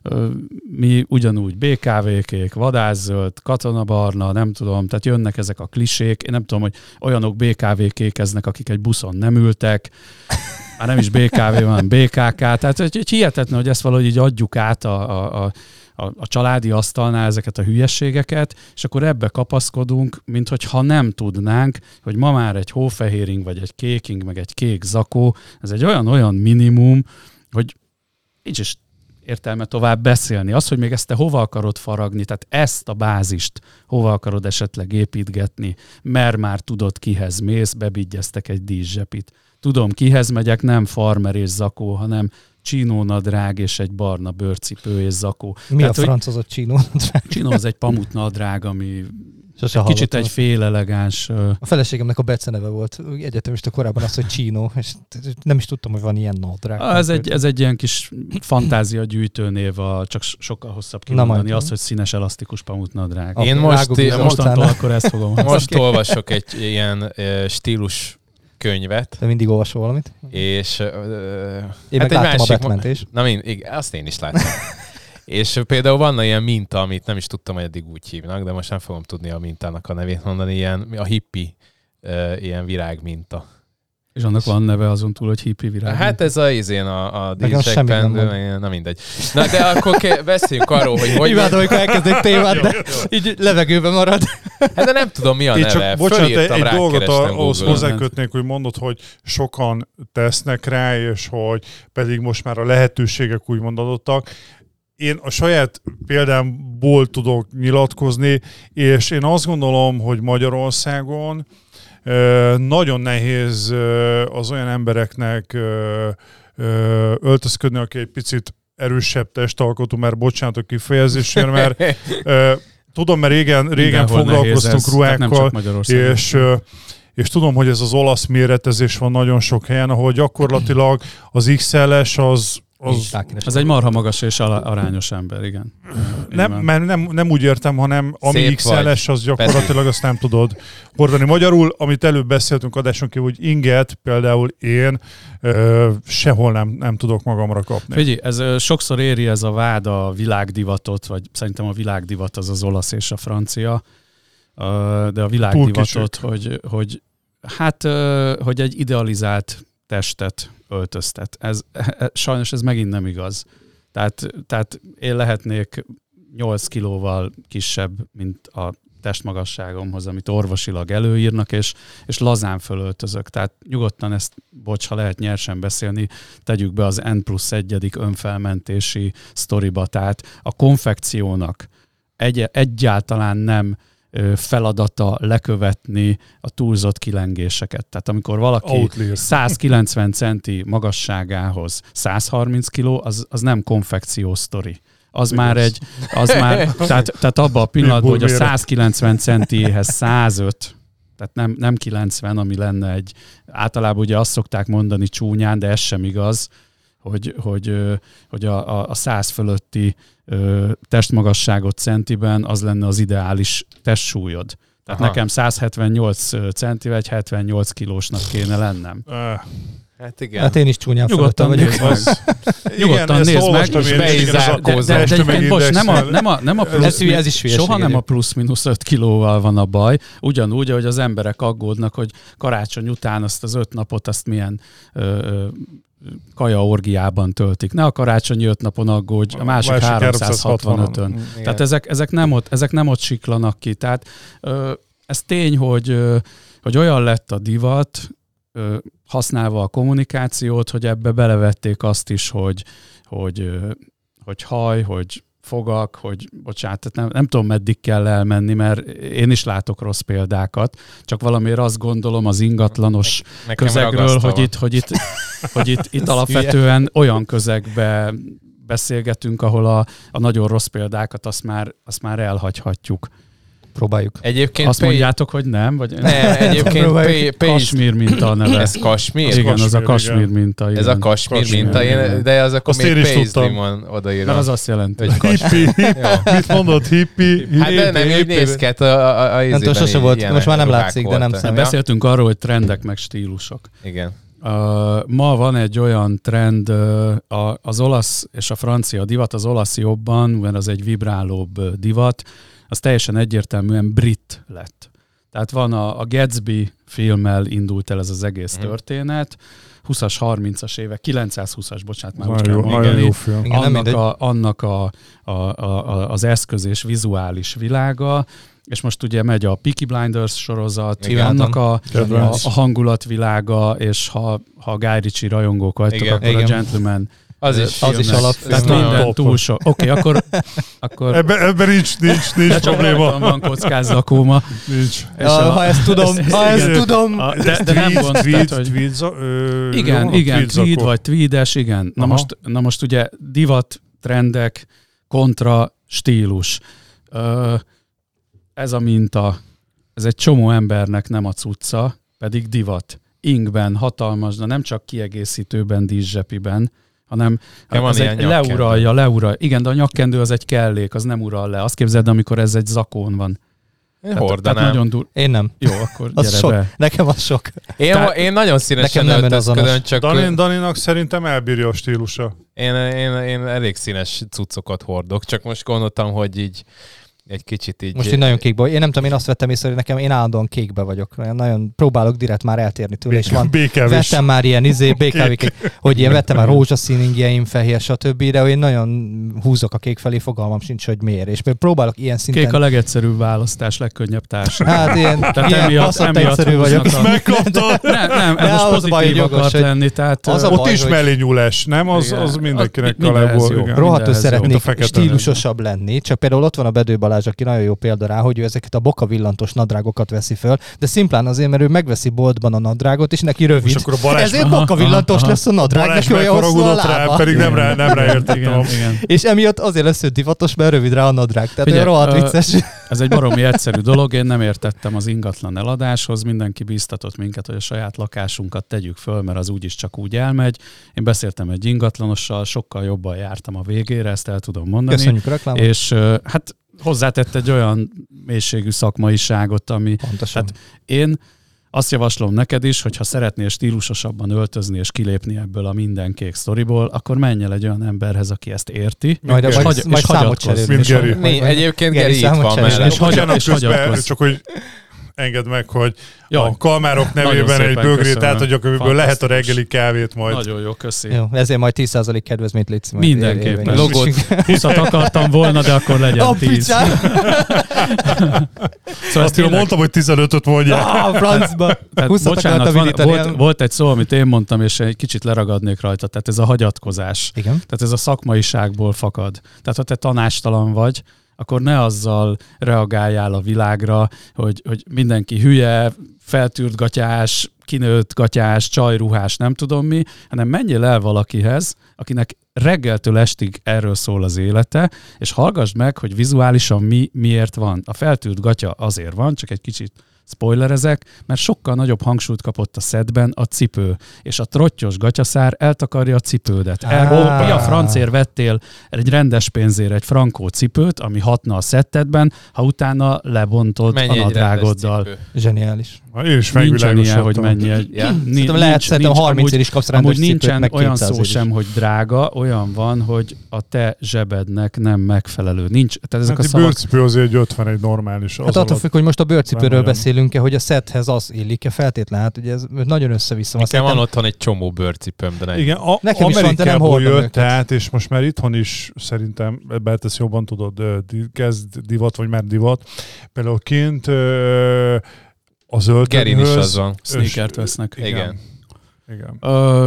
Mi ugyanúgy bé ká vé-kék, vadászöld, katonabarna, nem tudom, tehát jönnek ezek a klisék. Én nem tudom, hogy olyanok bé ká vé-kékeznek, akik egy buszon nem ültek, már nem is bé ká vé, hanem bé ká ká. Tehát hogy hihetetlen, hogy ezt valahogy így adjuk át a, a, a a, a családi asztalnál ezeket a hülyességeket, és akkor ebbe kapaszkodunk, mint hogyha nem tudnánk, hogy ma már egy hófehéring, vagy egy kéking, meg egy kék zakó, ez egy olyan-olyan minimum, hogy nincs is értelme tovább beszélni. Az, hogy még ezt te hova akarod faragni, tehát ezt a bázist hova akarod esetleg építgetni, mert már tudod, kihez mész, bebigyeztek egy díszsepit. Tudom, kihez megyek, nem farmer és zakó, hanem csinónadrág és egy barna bőrcipő és zakó. Mi Tehát, a francozott csinónadrág? Csinó az egy pamutnadrág, ami Sose egy kicsit hallottam. egy félelegáns... A feleségemnek a beceneve volt egyetemista korábban az, hogy Csínó, és nem is tudtam, hogy van ilyen nadrág. Ez egy, ez egy ilyen kis fantázia gyűjtőnév, a, csak sokkal hosszabb kimondani azt, hogy színes elasztikus pamutnadrág. Én most, mostantól akkor ezt fogom. Most olvasok egy ilyen uh, stílus könyvet. De mindig olvasol valamit? És... Uh, én hát meg láttam a Batman-t is. Na mind, igen, azt én is láttam. És például van ilyen minta, amit nem is tudtam, hogy eddig úgy hívnak, de most nem fogom tudni a mintának a nevét mondani, ilyen a hippi, uh, ilyen virágminta. És annak van neve azon túl, hogy hippi virág. Hát ez a izén a, a díszekben, na mindegy. Na de akkor ke- beszéljünk arról, hogy hogy... Imádom, amikor elkezd egy témát, de így levegőben marad. Hát de nem tudom, mi a Én neve. Csak, bocsánat, egy, egy dolgot ahhoz Google-on. hozzákötnék, hogy mondod, hogy sokan tesznek rá, és hogy pedig most már a lehetőségek úgymond adottak. Én a saját példámból tudok nyilatkozni, és én azt gondolom, hogy Magyarországon nagyon nehéz az olyan embereknek öltözködni, aki egy picit erősebb testalkotú, mert bocsánat a kifejezésért, mert tudom, mert régen, régen foglalkoztunk ruhákkal, és, és tudom, hogy ez az olasz méretezés van nagyon sok helyen, ahol gyakorlatilag az iksz el-es az Az, az egy marha magas és arányos ember, igen. Nem, mert nem, nem úgy értem, hanem ami iksz el-es, az gyakorlatilag azt nem tudod hordani. Magyarul, amit előbb beszéltünk adáson kívül, hogy inget például én ö, sehol nem, nem tudok magamra kapni. Figyelj, ez ö, sokszor éri ez a vád a világdivatot, vagy szerintem a világdivat az az olasz és a francia, ö, de a világdivatot, hogy, hogy hát, ö, hogy egy idealizált testet öltöztet. Ez, e, sajnos ez megint nem igaz. Tehát, tehát én lehetnék nyolc kilóval kisebb, mint a testmagasságomhoz, amit orvosilag előírnak, és, és lazán fölöltözök. Tehát nyugodtan ezt, bocs, ha lehet nyersen beszélni, tegyük be az N plusz egyedik önfelmentési sztoriba. Tehát a konfekciónak egy, egyáltalán nem feladata lekövetni a túlzott kilengéseket. Tehát amikor valaki Outlier. száz kilencven centi magasságához száz harminc kiló, az, az nem konfekció sztori. Az Igaz. már egy, az már, tehát, tehát abban a pillanatban, hogy a száz kilencven centiéhez száz öt, tehát nem, nem kilencven, ami lenne egy, általában ugye azt szokták mondani csúnyán, de ez sem igaz, hogy, hogy, hogy a, a, a száz fölötti ö, testmagasságot centiben az lenne az ideális testsúlyod. Tehát Aha. nekem száz hetvennyolc centivel egy hetvennyolc kilósnak kéne lennem. Uh. Hát igen. Hát én is csúnyán Nyugodtan nézd meg. Nyugodtan nézd meg, és beizárkózzál. De, de egyébként most nem a, nem a, nem a plusz, ez, ez is soha nem a plusz-minusz öt kilóval van a baj. Ugyanúgy, ahogy az emberek aggódnak, hogy karácsony után azt az öt napot azt milyen ö, kajaorgiában töltik. Ne a karácsonyi öt napon aggódj, a másik, másik háromszázhatvanötön. Tehát ezek, ezek, nem ott, ezek nem ott siklanak ki. Tehát ö, ez tény, hogy, ö, hogy olyan lett a divat, ö, használva a kommunikációt, hogy ebbe belevették azt is, hogy, hogy, ö, hogy haj, hogy fogak, hogy bocsánat, tehát nem, nem tudom, meddig kell elmenni, mert én is látok rossz példákat, csak valamiért azt gondolom az ingatlanos ne, közegről, hogy itt, hogy itt, hogy itt, itt alapvetően olyan közegbe beszélgetünk, ahol a, a nagyon rossz példákat azt már, azt már elhagyhatjuk. Próbáljuk. Egyébként Azt pay... mondjátok, hogy nem? Vagy... Nem, egyébként pay, pay... Kasmír minta a neve. Ez kasmír? Igen, kasmír, az a kasmír minta. Igen. Ez a kasmír, kasmír minta, én, de az akkor még paisley van odaírva. Mert az azt jelenti. Hippi. Mit mondod, hippi? Hát de nem, így néz ki, a, a, a nem tudom, sose volt, most már nem látszik, de nem számít. Beszéltünk arról, hogy trendek meg stílusok. Igen. Uh, ma van egy olyan trend, uh, a, az olasz és a francia divat, az olasz jobban, mert az egy vibrálóbb divat, az teljesen egyértelműen brit lett. Tehát van a, a Gatsby filmmel indult el ez az egész Mhm. történet, húszas, harmincas évek, kilencszázhúszas, bocsánat, már úgy Nagyon kell jó, nagyon mondani. jó film. Igen, nem Annak, mindegy. a, annak a, a, a, a, az eszköz és vizuális világa, és most ugye megy a Peaky Blinders sorozat, Igen. annak a, a, Kedvenc. a hangulatvilága, és ha, ha Guy Ritchie rajongók vagytok, Igen. akkor Igen. a Gentleman Az is, Az is filmnek- alap. Tehát Ez nagyon minden top. túl sok. Oké, okay, akkor, akkor Ebben, ebben nincs, nincs, nincs de csak probléma. rajtam van kockázakóma. Nincs. És Ja, a- ha ezt tudom, ez- ha ezt igen. tudom. A- de, de nem gond, tweed, tehát, hogy... tweed, za- ö, Igen, jó, igen, tweed tweed zakó. vagy tweedes, igen. Na Aha. most, na most ugye divat, trendek kontra stílus. Ö, ez a minta, ez egy csomó embernek nem a cucca, pedig divat. Ingben, hatalmas, de nem csak kiegészítőben, díszsepiben, hanem Ja, van az ilyen egy nyakkendő. leuralja, leuralja. Igen, de a nyakkendő az egy kellék, az nem ural le. Azt képzeld, amikor ez egy zakón van. Én Tehát, tehát hordanám. nagyon dur... Én nem. Jó, akkor Az gyere sok. be. Nekem az sok. Én, Tehát- én nagyon színesen Nekem nem öltözködöm, önazonos. csak Dani, Daninak szerintem elbírja a stílusa. én, én, én elég színes cuccokat hordok, csak most gondoltam, hogy így egy kicsit így... Most én nagyon kékbe vagy. Én nem tudom, én azt vettem észre, hogy nekem én állandóan kékbe vagyok. Én nagyon próbálok direkt már eltérni tőle, és van. Békevés. Vettem már ilyen izé, bé ká vé, hogy ilyen vettem már rózsaszín ingyeim, fehér, stb. De én nagyon húzok a kék felé, fogalmam sincs, hogy miért. És próbálok ilyen szinten... Kék a legegyszerűbb választás, legkönnyebb társ. Hát ilyen, Tehát ilyen emiatt- baszott emiatt egyszerű vagyok. húznak a- Megkaptad. Nem, nem, ez De most az a baj, hogy pozitív jogos, akart hogy lenni, tehát az a ö, Ott baj, is hogy- mellé nyúlás, nem? Az, Igen. az mindenkinek Az a mindenhez legjobb. jó. Igen. Rohadtul Mindenhez jó. szeretnék Ott a fekete. stílusosabb lenni, csak például ott van a Bedő Balázs, aki nagyon jó példa rá, hogy ő ezeket a bokavillantos nadrágokat veszi föl, de szimplán azért, mert ő megveszi boltban a nadrágot, és neki rövid. És akkor a Balázs, Ezért Aha, bokavillantos aha, lesz a nadrág, Balázs neki olyan hosszú a megharagudott rá, lába. pedig nem rá, nem rá értettem. igen, igen. És emiatt azért lesz ő divatos, mert rövid rá a nadrág. Tehát Figyelj, olyan rohadt ö, vicces. Ez egy baromi egyszerű dolog, én nem értettem az ingatlan eladáshoz, mindenki bíztatott minket, hogy a saját lakásunkat tegyük föl, mert az úgyis csak úgy elmegy. Én beszéltem egy ingatlanossal, sokkal jobban jártam a végére, ezt el tudom mondani. Köszönjük a reklámot. És ö, hát hozzátett egy olyan mélységű szakmaiságot, ami Pontosan. Tehát én azt javaslom neked is, hogy ha szeretnél stílusosabban öltözni és kilépni ebből a minden kék sztoriból, akkor menj el egy olyan emberhez, aki ezt érti. Majd, és majd, hagy- majd és számot hagyatkozz. cserélünk. Mint és Geri. majd- Mi, majd- egyébként Geri Geri itt számot van cserélünk. mellett. És hagy- Bocsánat, és közben, hagyatkozz. csak hogy engedd meg, hogy Jaj, a kalmárok nevében szépen egy bögrét köszönöm. átadjak, amiből lehet a Fantasztikus. reggeli kávét majd. nagyon jó, köszi. Jó, ezért majd tíz százalék kedvezményt létsz. majd Mindenképpen. érvényes. Logót. húszat akartam volna, de akkor legyen A tíz. picsán! Szóval Azt ezt én tényleg- mondtam, hogy tizenötöt mondják. Ah, francba! Tehát, húszat bocsánat, akartam van, indítani, volt, ilyen- volt egy szó, amit én mondtam, és egy kicsit leragadnék rajta, tehát ez a hagyatkozás. Igen. Tehát ez a szakmaiságból fakad. Tehát ha te tanácstalan vagy, akkor ne azzal reagáljál a világra, hogy, hogy mindenki hülye, feltűrt gatyás, kinőtt gatyás, csajruhás, nem tudom mi, hanem menjél el valakihez, akinek reggeltől estig erről szól az élete, és hallgassd meg, hogy vizuálisan mi miért van. A feltűrt gatya azért van, csak egy kicsit spoilerezek, mert sokkal nagyobb hangsúlyt kapott a szedben a cipő, és a trottyos gatyaszár eltakarja a cipődet. Erről Ah. mi a francért vettél egy rendes pénzért egy frankó cipőt, ami hatna a szettedben, ha utána lebontod Menj a egy rendes nadrágoddal. cipő. Zseniális. Én is Nincsen ilyen, hogy megvilágosodtam. menjél. Ja. Nincs- Szerintem lehet, szerintem nincs- harmincért is kapsz rendes Amúgy cipőt, nincsen meg olyan szó kétszázért is. sem, hogy drága, olyan van, hogy a te zsebednek nem megfelelő. Nincs, tehát ezek Hát a egy szavak... bőrcipő azért egy ötven egy normális. Hát az attól alatt. függ, hogy most a bőrcipőről Nem olyan. beszélünk-e, hogy a szethez az illik-e feltétlen. Hát ugye ez nagyon össze-vissza. Nekem van Szerintem- otthon egy csomó bőrcipőm, de nem. Igen, a, Nekem is van, de nem Amerikából hordom jött, őket. tehát, és most már itthon is szerintem, ebben ezt jobban tudod, ö, di- kezd divat, vagy már divat. Például kint ö, az Gerin is öltönyhöz... az van. Sneakert vesznek. Igen. Igen. Ö,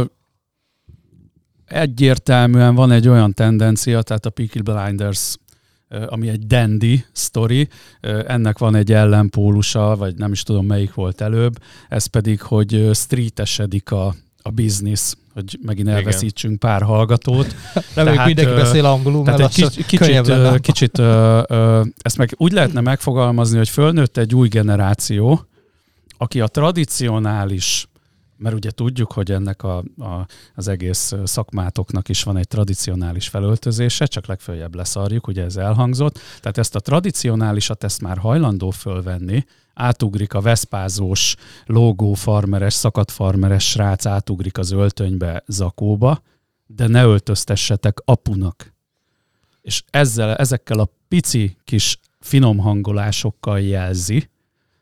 egyértelműen van egy olyan tendencia, tehát a Peaky Blinders, ö, ami egy dandy sztori, ö, ennek van egy ellenpólusa, vagy nem is tudom melyik volt előbb, ez pedig, hogy ö, streetesedik a, a biznisz, hogy megint elveszítsünk pár hallgatót. Reméljük Tehát, mindenki ö, beszél angolul, mert Tehát egy lassan kicsit, könnyebb kicsit, lenne. ö, kicsit ö, ö, ezt meg úgy lehetne megfogalmazni, hogy fölnőtt egy új generáció, aki a tradicionális, mert ugye tudjuk, hogy ennek a, a, az egész szakmátoknak is van egy tradicionális felöltözése, csak legfeljebb leszarjuk, ugye ez elhangzott. Tehát ezt a tradicionálisat, ezt már hajlandó fölvenni, átugrik a veszpázós, lógó farmeres, szakadt farmeres srác, átugrik az öltönybe, zakóba, de ne öltöztessetek apunak. És ezzel, ezekkel a pici kis finom hangolásokkal jelzi,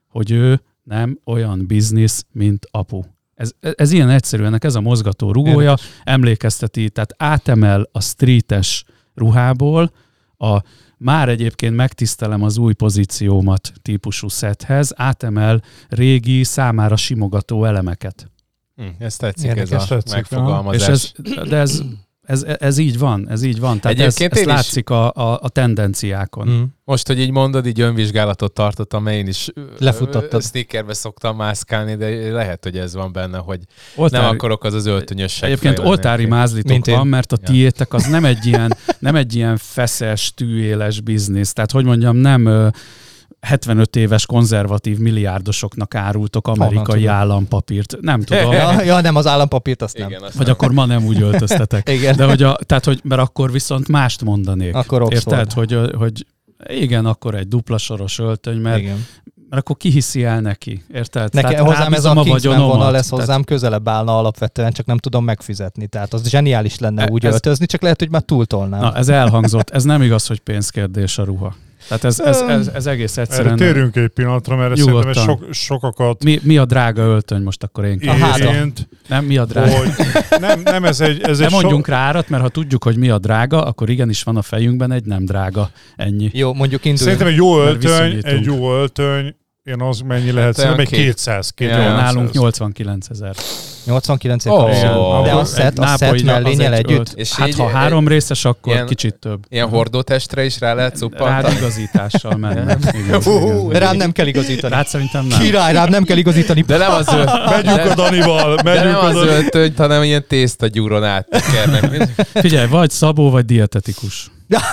hogy ő nem olyan biznisz, mint apu. Ez, ez ilyen egyszerű, ennek ez a mozgató rugója, Érdekes. Emlékezteti, tehát átemel a streetes ruhából, a már egyébként megtisztelem az új pozíciómat típusú szethez, átemel régi, számára simogató elemeket. Hm, ez tetszik, Érdekes, ez a tetszik, megfogalmazás. És ez, de ez, ez, ez így van, ez így van. Tehát ez, ez látszik a, a, a tendenciákon. Mm. Most, hogy így mondod, így önvizsgálatot tartottam, mert én is Lefutottad. sneakerbe szoktam mászkálni, de lehet, hogy ez van benne, hogy Oltári, nem akarok az az öltönyös Egyébként oltári mázlitok van, mert a tiétek az nem egy ilyen, nem egy ilyen feszes, tűéles biznisz. Tehát, hogy mondjam, nem hetvenöt éves konzervatív milliárdosoknak árultok amerikai állampapírt. Nem tudom. Ja, ja, nem az állampapírt, azt nem. Igen, azt Vagy nem. akkor ma nem úgy öltöztetek. Igen. De hogy a, tehát, hogy, mert akkor viszont mást mondanék. Akkor Oxford. Érted, hogy, hogy igen, akkor egy dupla soros öltöny, mert, Igen. mert akkor ki hiszi el neki. Érted? Nekem Tehát hozzám ez a rábízom Kingsman vagyonomat. vonal lesz Tehát hozzám közelebb állna alapvetően, csak nem tudom megfizetni. Tehát az zseniális lenne E- úgy ez- öltözni, csak lehet, hogy már túltolnám. Na, ez elhangzott. Ez nem igaz, hogy pénzkérdés a ruha. Tehát ez, ez, ez, ez egész Erre egyszerűen... térjünk egy pillanatra, mert Nyugodtan. szerintem ez sok, sokakat Mi, mi a drága öltöny most akkor én A háta. érint, Nem, mi a drága? hogy nem, nem ez egy... Ez Nem egy mondjunk rá árat, mert ha tudjuk, hogy mi a drága, akkor igenis van a fejünkben egy nem drága. Ennyi. Jó, mondjuk induljunk. Szerintem egy jó Mert öltöny, viszonyítunk. egy jó öltöny, én az mennyi lehet? Hát olyan Szerintem egy két- kétszáz. Ja, kétszáz. Nálunk nyolcvankilencezer. nyolcvankilenc Ó, év. De a Egy szett, a nápolyi- szett az mellénnyel egy együtt. ölt. És Hát így ha egy- három részes, akkor ilyen- kicsit több. Ilyen hordótestre is rá lehet cuppantani? Rád igazítással mennek. Igen, Hú, igen. De rám nem kell igazítani. Rád szerintem nem. Király, rám nem kell igazítani. De nem az ölt, Megyünk a Danival, de megyünk nem a az Danival. öltöny, hanem ilyen tésztagyúron áttekernek. Figyelj, vagy szabó, vagy dietetikus.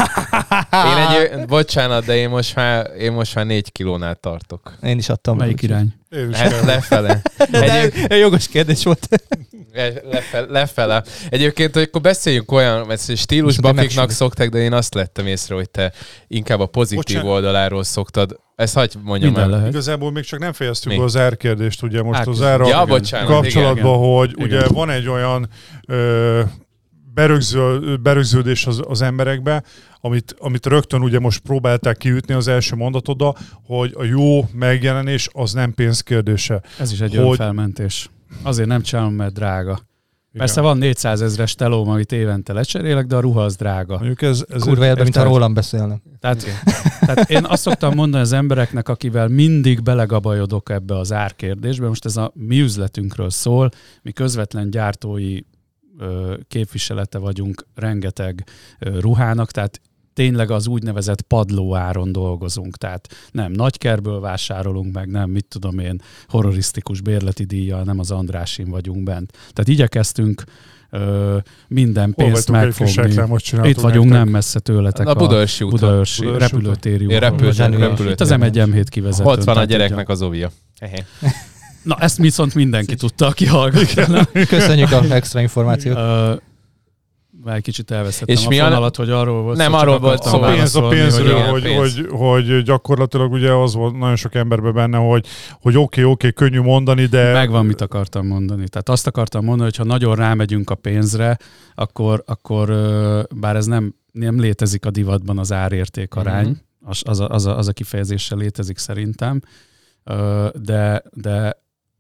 Én egy, bocsánat, de én most már, én most már négy kilónál tartok. Én is adtam. Melyik irány? Én is Hát el- lefele. De Egyéb, jogos kérdés volt. lefele, lefele. Egyébként, hogy akkor beszéljünk olyan, mert stílus Viszont én bakiknak megsérült. szokták, de én azt lettem észre, hogy te inkább a pozitív Bocsánat. oldaláról szoktad. Ezt hagyj mondjam Minden el. lehet. Igazából még csak nem fejeztük Mi? be az árkérdést, ugye most Árkérdés. az árra Ja, bocsánat. kapcsolatban, igen. hogy Igen. ugye van egy olyan ö, berögző, berögződés az, az emberekbe, amit, amit rögtön ugye most próbálták kiütni az első mondatoddal, hogy a jó megjelenés az nem pénzkérdése. Ez is egy Hogy- önfelmentés. Azért nem csinálom, mert drága. Persze van négyszázezres telóm, amit évente lecserélek, de a ruha az drága. Mondjuk ez, ez Kurva érde, mint ha érted? rólam beszélne. Tehát, tehát én azt szoktam mondani az embereknek, akivel mindig belegabajodok ebbe az árkérdésbe, most ez a mi üzletünkről szól, mi közvetlen gyártói ö, képviselete vagyunk rengeteg ö, ruhának, tehát tényleg az úgynevezett padlóáron dolgozunk, tehát nem nagykerből vásárolunk meg, nem, mit tudom én, horrorisztikus bérleti díjjal, nem az Andrásin vagyunk bent. Tehát igyekeztünk ö, minden hol pénzt vagytok, egy kis megfogni. reklámot csináltunk Itt vagyunk, nektek. nem messze tőletek. A Budaörsi úton. Budaörsi Budaörsi repülőtéri Én úton. repülőtér, Zseniális. repülőtér. Itt az em egy em hét kivezető. Ott van a gyereknek az ovia. Ehe. Na, ezt viszont mindenki tudta, aki hallgat. Köszönjük a extra információt. Ö, Már egy kicsit elveszettem És a mi a- fonalat, hogy arról volt Nem, szó, csak arról volt akartam szó. A pénz, a válaszolni, pénzről, igen, hogy, pénz. hogy, hogy gyakorlatilag ugye az volt nagyon sok emberben benne, hogy, hogy oké, okay, oké, okay, könnyű mondani, de... Megvan, mit akartam mondani. Tehát azt akartam mondani, hogy ha nagyon rámegyünk a pénzre, akkor, akkor ö, bár ez nem, nem létezik a divatban az árérték arány, Mhm. az, az, a, az, a, az a kifejezéssel létezik szerintem, ö, de, de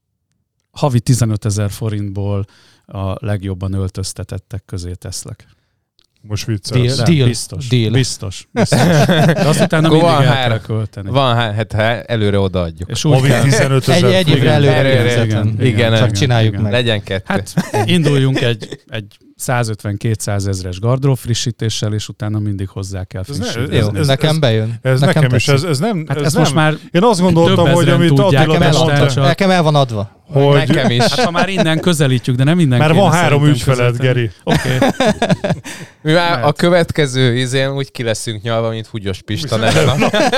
havi tizenötezer forintból a legjobban öltöztetettek közé teszlek. Most viccelsz. Deal. De biztos, Deal. biztos, biztos. De azt utána Akkor mindig van el három. kell költeni. Van, hát, hát hát előre odaadjuk. És úgy Havi kell, tizenöt Egy, ezer egy évre Igen, előre erre- fizetlen. igen, igen, Csak igen, csináljuk igen. meg. Legyen kettő. hát induljunk egy, egy százötven-kétszáz ezres gardrób frissítéssel, és utána mindig hozzá kell Ez ne- frissíteni. Jó, ez- nekem ez- bejön. Ez nekem, is, tetszik. ez, ez nem... Hát ez ezt nem. most már Én azt gondoltam, több hogy ezeren amit tudják, Attila Nekem el, Pesten mondta, csak- nekem el van adva. hogy Nekem is. hát ha már innen közelítjük, de nem minden mert kéne van három szerintem ügyfeled, közelíteni. Geri. Oké. Okay. Mi már Lehet. a következő izén úgy ki leszünk nyalva, mint Húgyos Pista neve.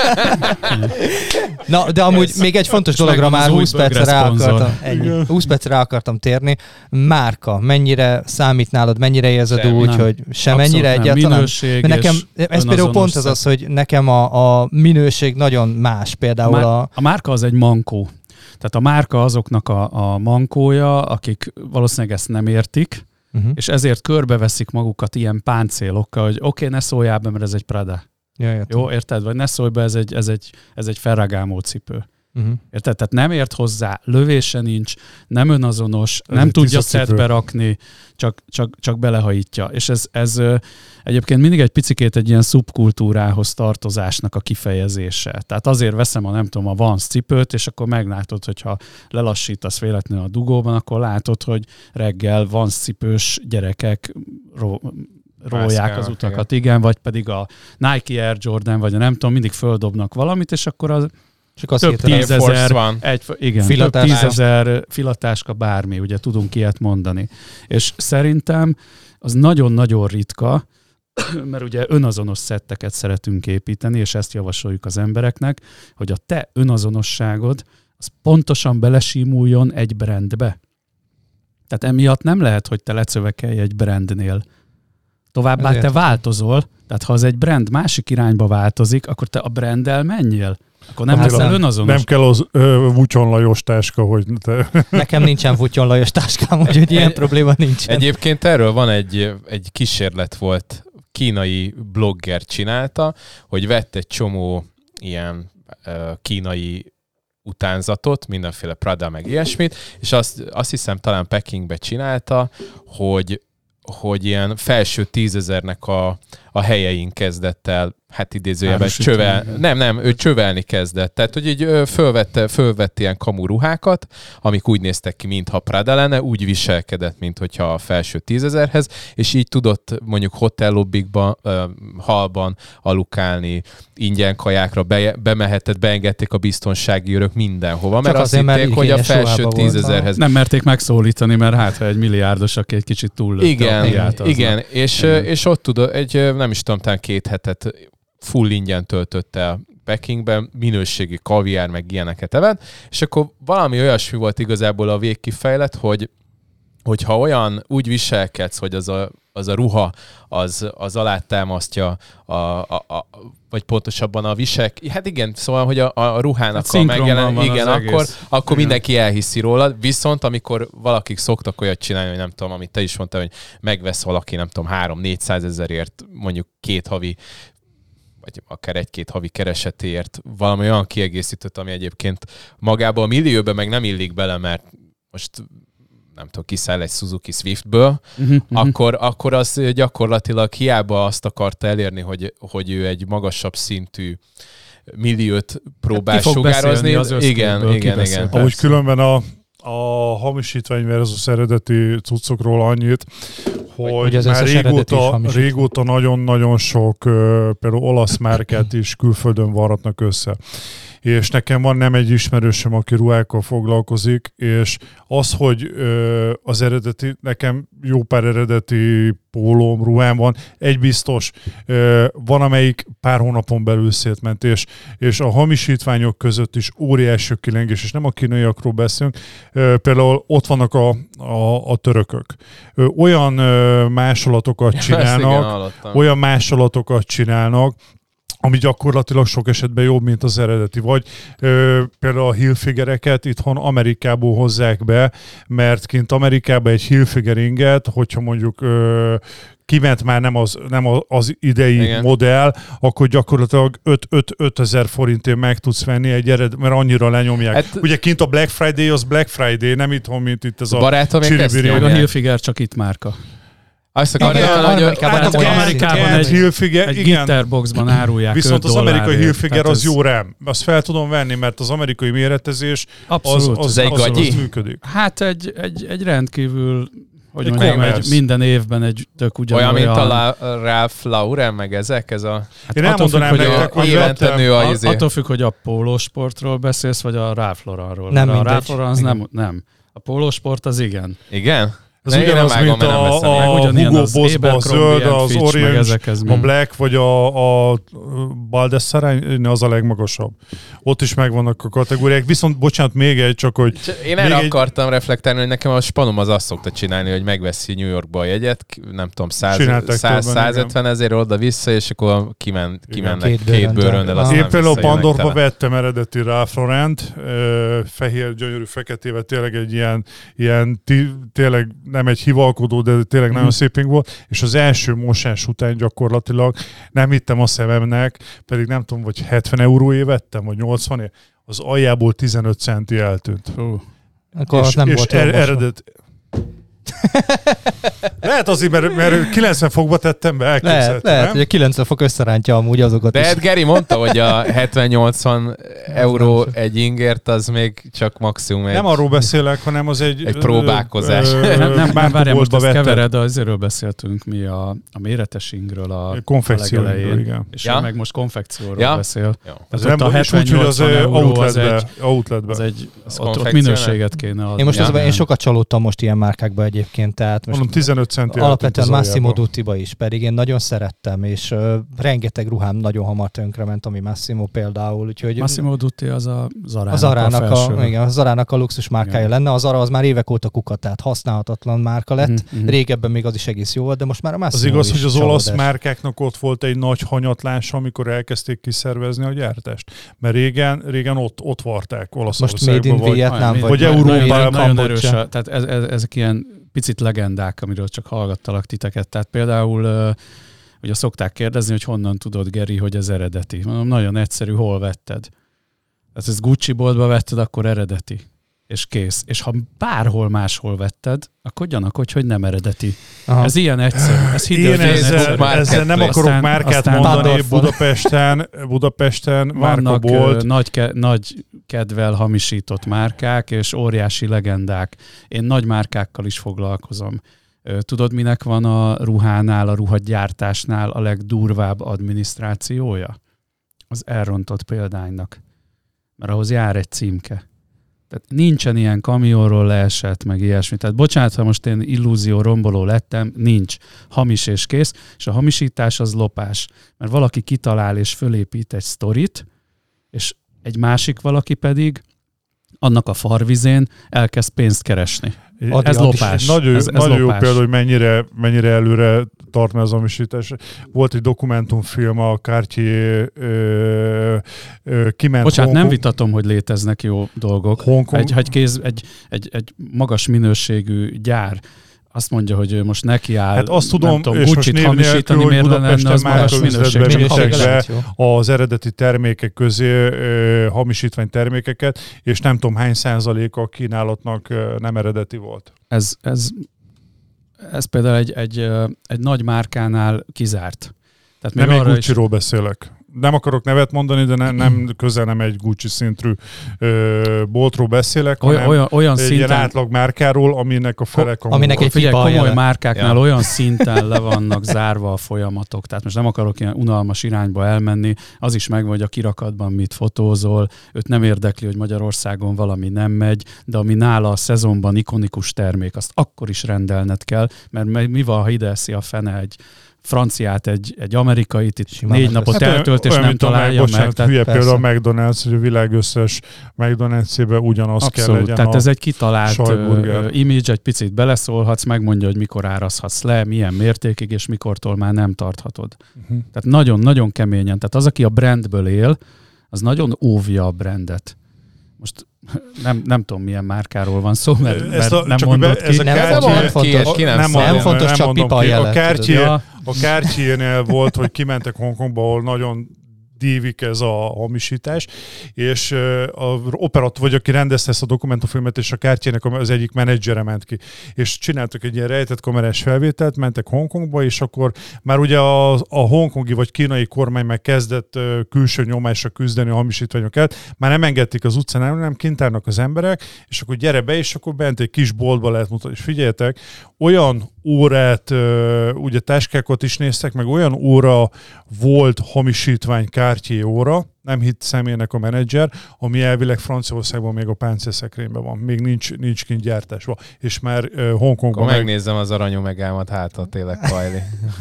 Na, de amúgy Ez- még egy fontos és dologra megvan az már új húsz percre bögre rá szponzor. akartam, ennyi. Igen. húsz percre rá akartam térni. Márka, mennyire számít nálad, mennyire érzed Semmi. úgy, Nem. hogy sem Abszolút mennyire nem. egyáltalán? Minőség Mert nekem, és ez például önazonos pont az az, hogy nekem a, a minőség nagyon más. Például A, a... má- a márka az egy mankó. Tehát a márka azoknak a, a mankója, akik valószínűleg ezt nem értik, Uh-huh. és ezért körbeveszik magukat ilyen páncélokkal, hogy oké, okay, ne szóljál be, mert ez egy Prada. Ja, Jó, érted? Vagy ne szólj be, ez egy, ez egy, ez egy Ferragamo cipő. Uh-huh. Érted? Tehát nem ért hozzá, lövése nincs, nem önazonos, ez nem tudja szetbe rakni, csak, csak, csak belehajítja. És ez, ez egyébként mindig egy picikét egy ilyen szubkultúrához tartozásnak a kifejezése. Tehát azért veszem a nem tudom, a Vans cipőt, és akkor meglátod, hogyha lelassítasz véletlenül a dugóban, akkor látod, hogy reggel Vans cipős gyerekek ró, rólják az utakat, igen. igen, vagy pedig a Nike Air Jordan, vagy a nem tudom, mindig földobnak valamit, és akkor az csak azt több tízezer, egy, igen, filatás. több tízezer filatáska bármi, ugye tudunk ilyet mondani. És szerintem az nagyon-nagyon ritka, mert ugye önazonos szetteket szeretünk építeni, és ezt javasoljuk az embereknek, hogy a te önazonosságod az pontosan belesímuljon egy brandbe. Tehát emiatt nem lehet, hogy te lecövekelj egy brandnél. Továbbá ezért te változol, tehát ha az egy brand másik irányba változik, akkor te a branddel menjél. Akkor nem leszel önazonos. Nem kell az ö, Vutyon Lajos táska, hogy te... Nekem nincsen Vutyon Lajos táskám, úgyhogy ilyen probléma nincsen. Egyébként erről van egy, egy kísérlet volt, kínai blogger csinálta, hogy vett egy csomó ilyen ö, kínai utánzatot, mindenféle Prada meg ilyesmit, és azt, azt hiszem talán Pekingbe csinálta, hogy hogy ilyen felső tízezernek a, a helyein kezdett el, hát idézőjelben csövel, nem, nem, ő csövelni kezdett. Tehát, hogy így fölvette, fölvette ilyen kamu ruhákat, amik úgy néztek ki, mintha Prada lenne, úgy viselkedett, mint hogyha a felső tízezerhez, és így tudott mondjuk hotellobbikban, halban alukálni, ingyen kajákra be, bemehetett, beengedték a biztonsági őrök mindenhova, mert azt hitték, hogy a felső tízezerhez... Nem merték megszólítani, mert hát, ha egy milliárdos, aki egy kicsit túl igen, igen, és, és ott tudod, egy nem is tudom, talán két hetet full ingyen töltött el Pekingben, minőségi kaviár, meg ilyeneket evett, és akkor valami olyasmi volt igazából a végkifejlet, hogy hogyha olyan úgy viselkedsz, hogy az a, az a ruha az, az alátámasztja, a, a, a, vagy pontosabban a visek, hát igen, szóval, hogy a, a ruhának hát a megjelen, igen, akkor, akkor igen. Mindenki elhiszi róla, viszont amikor valakik szoktak olyat csinálni, hogy nem tudom, amit te is mondtál, hogy megvesz valaki, nem tudom, három-négyszázezerért mondjuk két havi vagy akár egy-két havi keresetéért valami olyan kiegészítőt, ami egyébként magában a millióben meg nem illik bele, mert most nem tudom, kiszáll egy Suzuki Swiftből, uh-huh, akkor, uh-huh. akkor az gyakorlatilag hiába azt akarta elérni, hogy, hogy ő egy magasabb szintű milliót próbál sugározni. Igen, igen, igen. Ahogy különben a, a hamisítvány versus eredeti cuccokról annyit, hogy, hogy már régóta, régóta nagyon-nagyon sok például olasz márkát is külföldön varratnak össze. És nekem van nem egy ismerősöm, aki ruhákkal foglalkozik, és az, hogy ö, az eredeti, nekem jó pár eredeti pólóm, ruhám van, egy biztos, ö, van, amelyik pár hónapon belül szétment, és, és a hamisítványok között is óriási kilengés, és nem a kínaiakról beszélünk, ö, például ott vannak a, a, a törökök. Ö, olyan ö, másolatokat csinálnak, igen, olyan másolatokat csinálnak, ami gyakorlatilag sok esetben jobb, mint az eredeti. Vagy ö, például a Hilfigereket itthon Amerikából hozzák be, mert kint Amerikában egy Hilfiger inget, hogyha mondjuk ö, kiment már nem az, nem az idei igen. modell, akkor gyakorlatilag öt ezer forintért meg tudsz venni egy ered, mert annyira lenyomják. Hát, ugye kint a Black Friday az Black Friday, nem itthon, mint itt ez a barátom, csiribiri. A Hilfiger csak itt márka. Azt akartam, hogy Amerikában, hát Amerikában egy, Hilfiger, egy gitterboxban árulják. Viszont az amerikai Hilfiger az ez... jó rám. Azt fel tudom venni, mert az amerikai méretezés abszolút. az, az, az, az, az működik. Hát egy, egy, egy rendkívül, hogy egy mondjam, egy, minden évben egy tök ugyanolyan. Olyan, mint a La, Ralph Lauren, meg ezek, ez a... Hát én elmondanám nektek, hogy évente nő a izé. Attól függ, hogy a pólósportról beszélsz, vagy a Ralph Laurenról. Nem a Ralph Lauren az nem, nem. A pólósport az igen. Igen? Ez ne, ugyanaz, mint a, a, a Hugo Bossba a zöld, az Fitch, Orange, a Black, vagy a, a Baldessari, az a legmagasabb. Ott is megvannak a kategóriák. Viszont, bocsánat, még egy, csak hogy... Én erre egy... akartam reflektálni, hogy nekem a spanom az azt szokta csinálni, hogy megveszi New Yorkba a jegyet, nem tudom, száz-százötven ezért oda-vissza, és akkor kimen, kimennek két, két bőröndel. Én például a Pandorba vettem eredeti Ralph Laurent, fehér, gyönyörű, feketével, tényleg egy ilyen, ilyen tényleg nem egy hivalkodó, de tényleg nagyon mm. szépünk volt, és az első mosás után gyakorlatilag nem hittem a szememnek, pedig nem tudom, vagy hetven euróért vettem, vagy nyolcvanért, az aljából tizenöt centi eltűnt. Uh. Akkor és, az nem és volt er, jól eredet... Lehet azért, mert, mert kilencven fokba tettem be, Lehet, elképzeltem, lehet, nem? hogy a kilencven fok összerántja amúgy azokat De is. Ed Geri mondta, hogy a hetven-nyolcvan euró egy ingert, az még csak maximum egy... Nem arról beszélek, hanem az egy... Egy próbálkozás. Ö, Nem, nem, nem várjál, most ezt vetted. kevered, azért beszéltünk mi a, a méretes ingről a Konfekcióról, legelején, igen. és Ja? ő meg most konfekcióról Ja? beszél. Jó. Ez Tehát nem ott a és úgy, hogy az hetven-nyolcvan euró az outletbe, egy, outletbe. az egy Az ott, ott konfekció, minőséget kéne adni. Én most Ja. azonban, én sokat csalódtam most ilyen márkákba egyébként, tehát most Mondom, tizenöt centi alapvetően eltűnt az Massimo aljából. Duttiba is, pedig én nagyon szerettem, és uh, rengeteg ruhám nagyon hamar tönkrement, ami Massimo például, úgyhogy Massimo Dutti az a Zarának a Zarának a, a, felső. igen, a Zarának a luxus márkája Igen. lenne, a Zara az már évek óta kuka, tehát használhatatlan márka lett. Mhm, mhm. Régebben még az is egész jó volt, de most már a Massimo Az igaz, is hogy az olasz csalódás. márkáknak ott volt egy nagy hanyatlása, amikor elkezdték kiszervezni a gyártást. Mert régen, régen ott, ott varták Most Olaszországban. Made in vagy, Vietnam Vagy, vagy, vagy nagyon- Európában, nagyon, nagyon Kambodzsa. erős, a- tehát ez, ez, ezek ilyen picit legendák, amiről csak hallgattalak titeket. Tehát például ö, ugye szokták kérdezni, hogy honnan tudod, Geri, hogy ez eredeti. Mondom, nagyon egyszerű, hol vetted. Tehát ezt Gucci boltba vetted, akkor eredeti. És kész. És ha bárhol máshol vetted, akkor gyanakodj, hogy nem eredeti. Aha. Ez ilyen egyszerű. Ez hidd, Én hogy ez ezzel, Facebook ezzel nem Marketplace. akarok Aztán- márkát aztán- mondani. Pandorfon. Budapesten, Budapesten márka vannak ö, volt. nagy, ke, nagy kedvel hamisított márkák, és óriási legendák. Én nagy márkákkal is foglalkozom. Ö, Tudod, minek van a ruhánál, a ruhagyártásnál a legdurvább adminisztrációja? Az elrontott példánynak. Mert ahhoz jár egy címke. Tehát nincsen ilyen kamionról leesett, meg ilyesmi. Tehát bocsánat, ha most én illúzió romboló lettem, nincs. Hamis és kész. És a hamisítás az lopás. Mert valaki kitalál és fölépít egy sztorit, és egy másik valaki pedig annak a farvizén elkezd pénzt keresni. Adi- Ez Adi- lopás. Nagyon, ez, ez nagyon jó lopás. példa, hogy mennyire, mennyire előre tartna az hamisítás. Volt egy dokumentumfilm, a Cartier ö, ö, kiment Bocsánat, nem Hongkong- vitatom, hogy léteznek jó dolgok. Hongkong. Egy, egy, kéz, egy, egy, egy magas minőségű gyár azt mondja, hogy ő most nekiáll, Hát azt tudom, nem tudom, és most Gucci-t név hamisítani, nélkül, hogy miért lenne Budapesten az magas márkaüzletben minőségű. Minőség vittek lehet, be jó. az eredeti termékek közé ö, hamisítvány termékeket, és nem tudom hány százaléka a kínálatnak ö, nem eredeti volt. Ez, ez, ez például egy, egy, ö, egy nagy márkánál kizárt. Tehát Nem még egy arra is, Gucci-ról beszélek. Nem akarok nevet mondani, de ne, nem közel nem egy Gucci szintű ö, boltról beszélek, olyan, hanem olyan, olyan egy ilyen szinten, átlag márkáról, aminek a fele kamu aminek volt. egy figyelj, pipa komoly jele. márkáknál Ja. olyan szinten le vannak zárva a folyamatok. Tehát most nem akarok ilyen unalmas irányba elmenni, az is megvan, hogy a kirakatban mit fotózol, őt nem érdekli, hogy Magyarországon valami nem megy, de ami nála a szezonban ikonikus termék, azt akkor is rendelned kell, mert mi van, ha ide eszi a fene egy franciát, egy, egy amerikait, itt Simán négy meg napot lesz. eltölt, és olyan, nem mint a találja bocsánat, meg. Tehát hülye persze. például a McDonald's, hogy a világ összes McDonald's-ébe ugyanaz kell abszolút, legyen. tehát a... ez egy kitalált sajtburger. ö, image, egy picit beleszólhatsz, megmondja, hogy mikor árazhatsz le, milyen mértékig, és mikortól már nem tarthatod. Uh-huh. Tehát nagyon-nagyon keményen. Tehát az, aki a brandből él, az nagyon óvja a brandet. Most nem, nem tudom, milyen márkáról van szó, mert, Ezt mert a- nem csak mondott be- ez ki. a Nem, Nem fontos, mond ki, és ki nem nem, szól. Nem mondom, fontos, nem csak mondom pipa ki. jelet, A tudod. Cartier, Ja. a Cartier-nél volt, hogy kimentek Hongkongba, ahol nagyon dívik ez a hamisítás, és a operat, vagy aki rendezte ezt a dokumentumfilmet, és a Cartiernek az egyik menedzsere ment ki. És csináltak egy ilyen rejtett kamerás felvételt, mentek Hongkongba, és akkor már ugye a, a hongkongi vagy kínai kormány meg kezdett külső nyomásra küzdeni a hamisítványokat, már nem engedték az utcán, nem, nem kint állnak az emberek, és akkor gyere be, és akkor bent egy kis boltba lehet mutatni. És figyeljetek, olyan órát, ugye táskákat is néztek, meg olyan óra volt hamisítvány Cartier óra, nem hitt személynek a menedzser, ami elvileg Franciaországban még a páncélszekrényben van. Még nincs, nincs kint gyártásban. És már uh, Hongkongban Akkor meg... megnézem az aranyú megámat, hát ha tényleg hajli.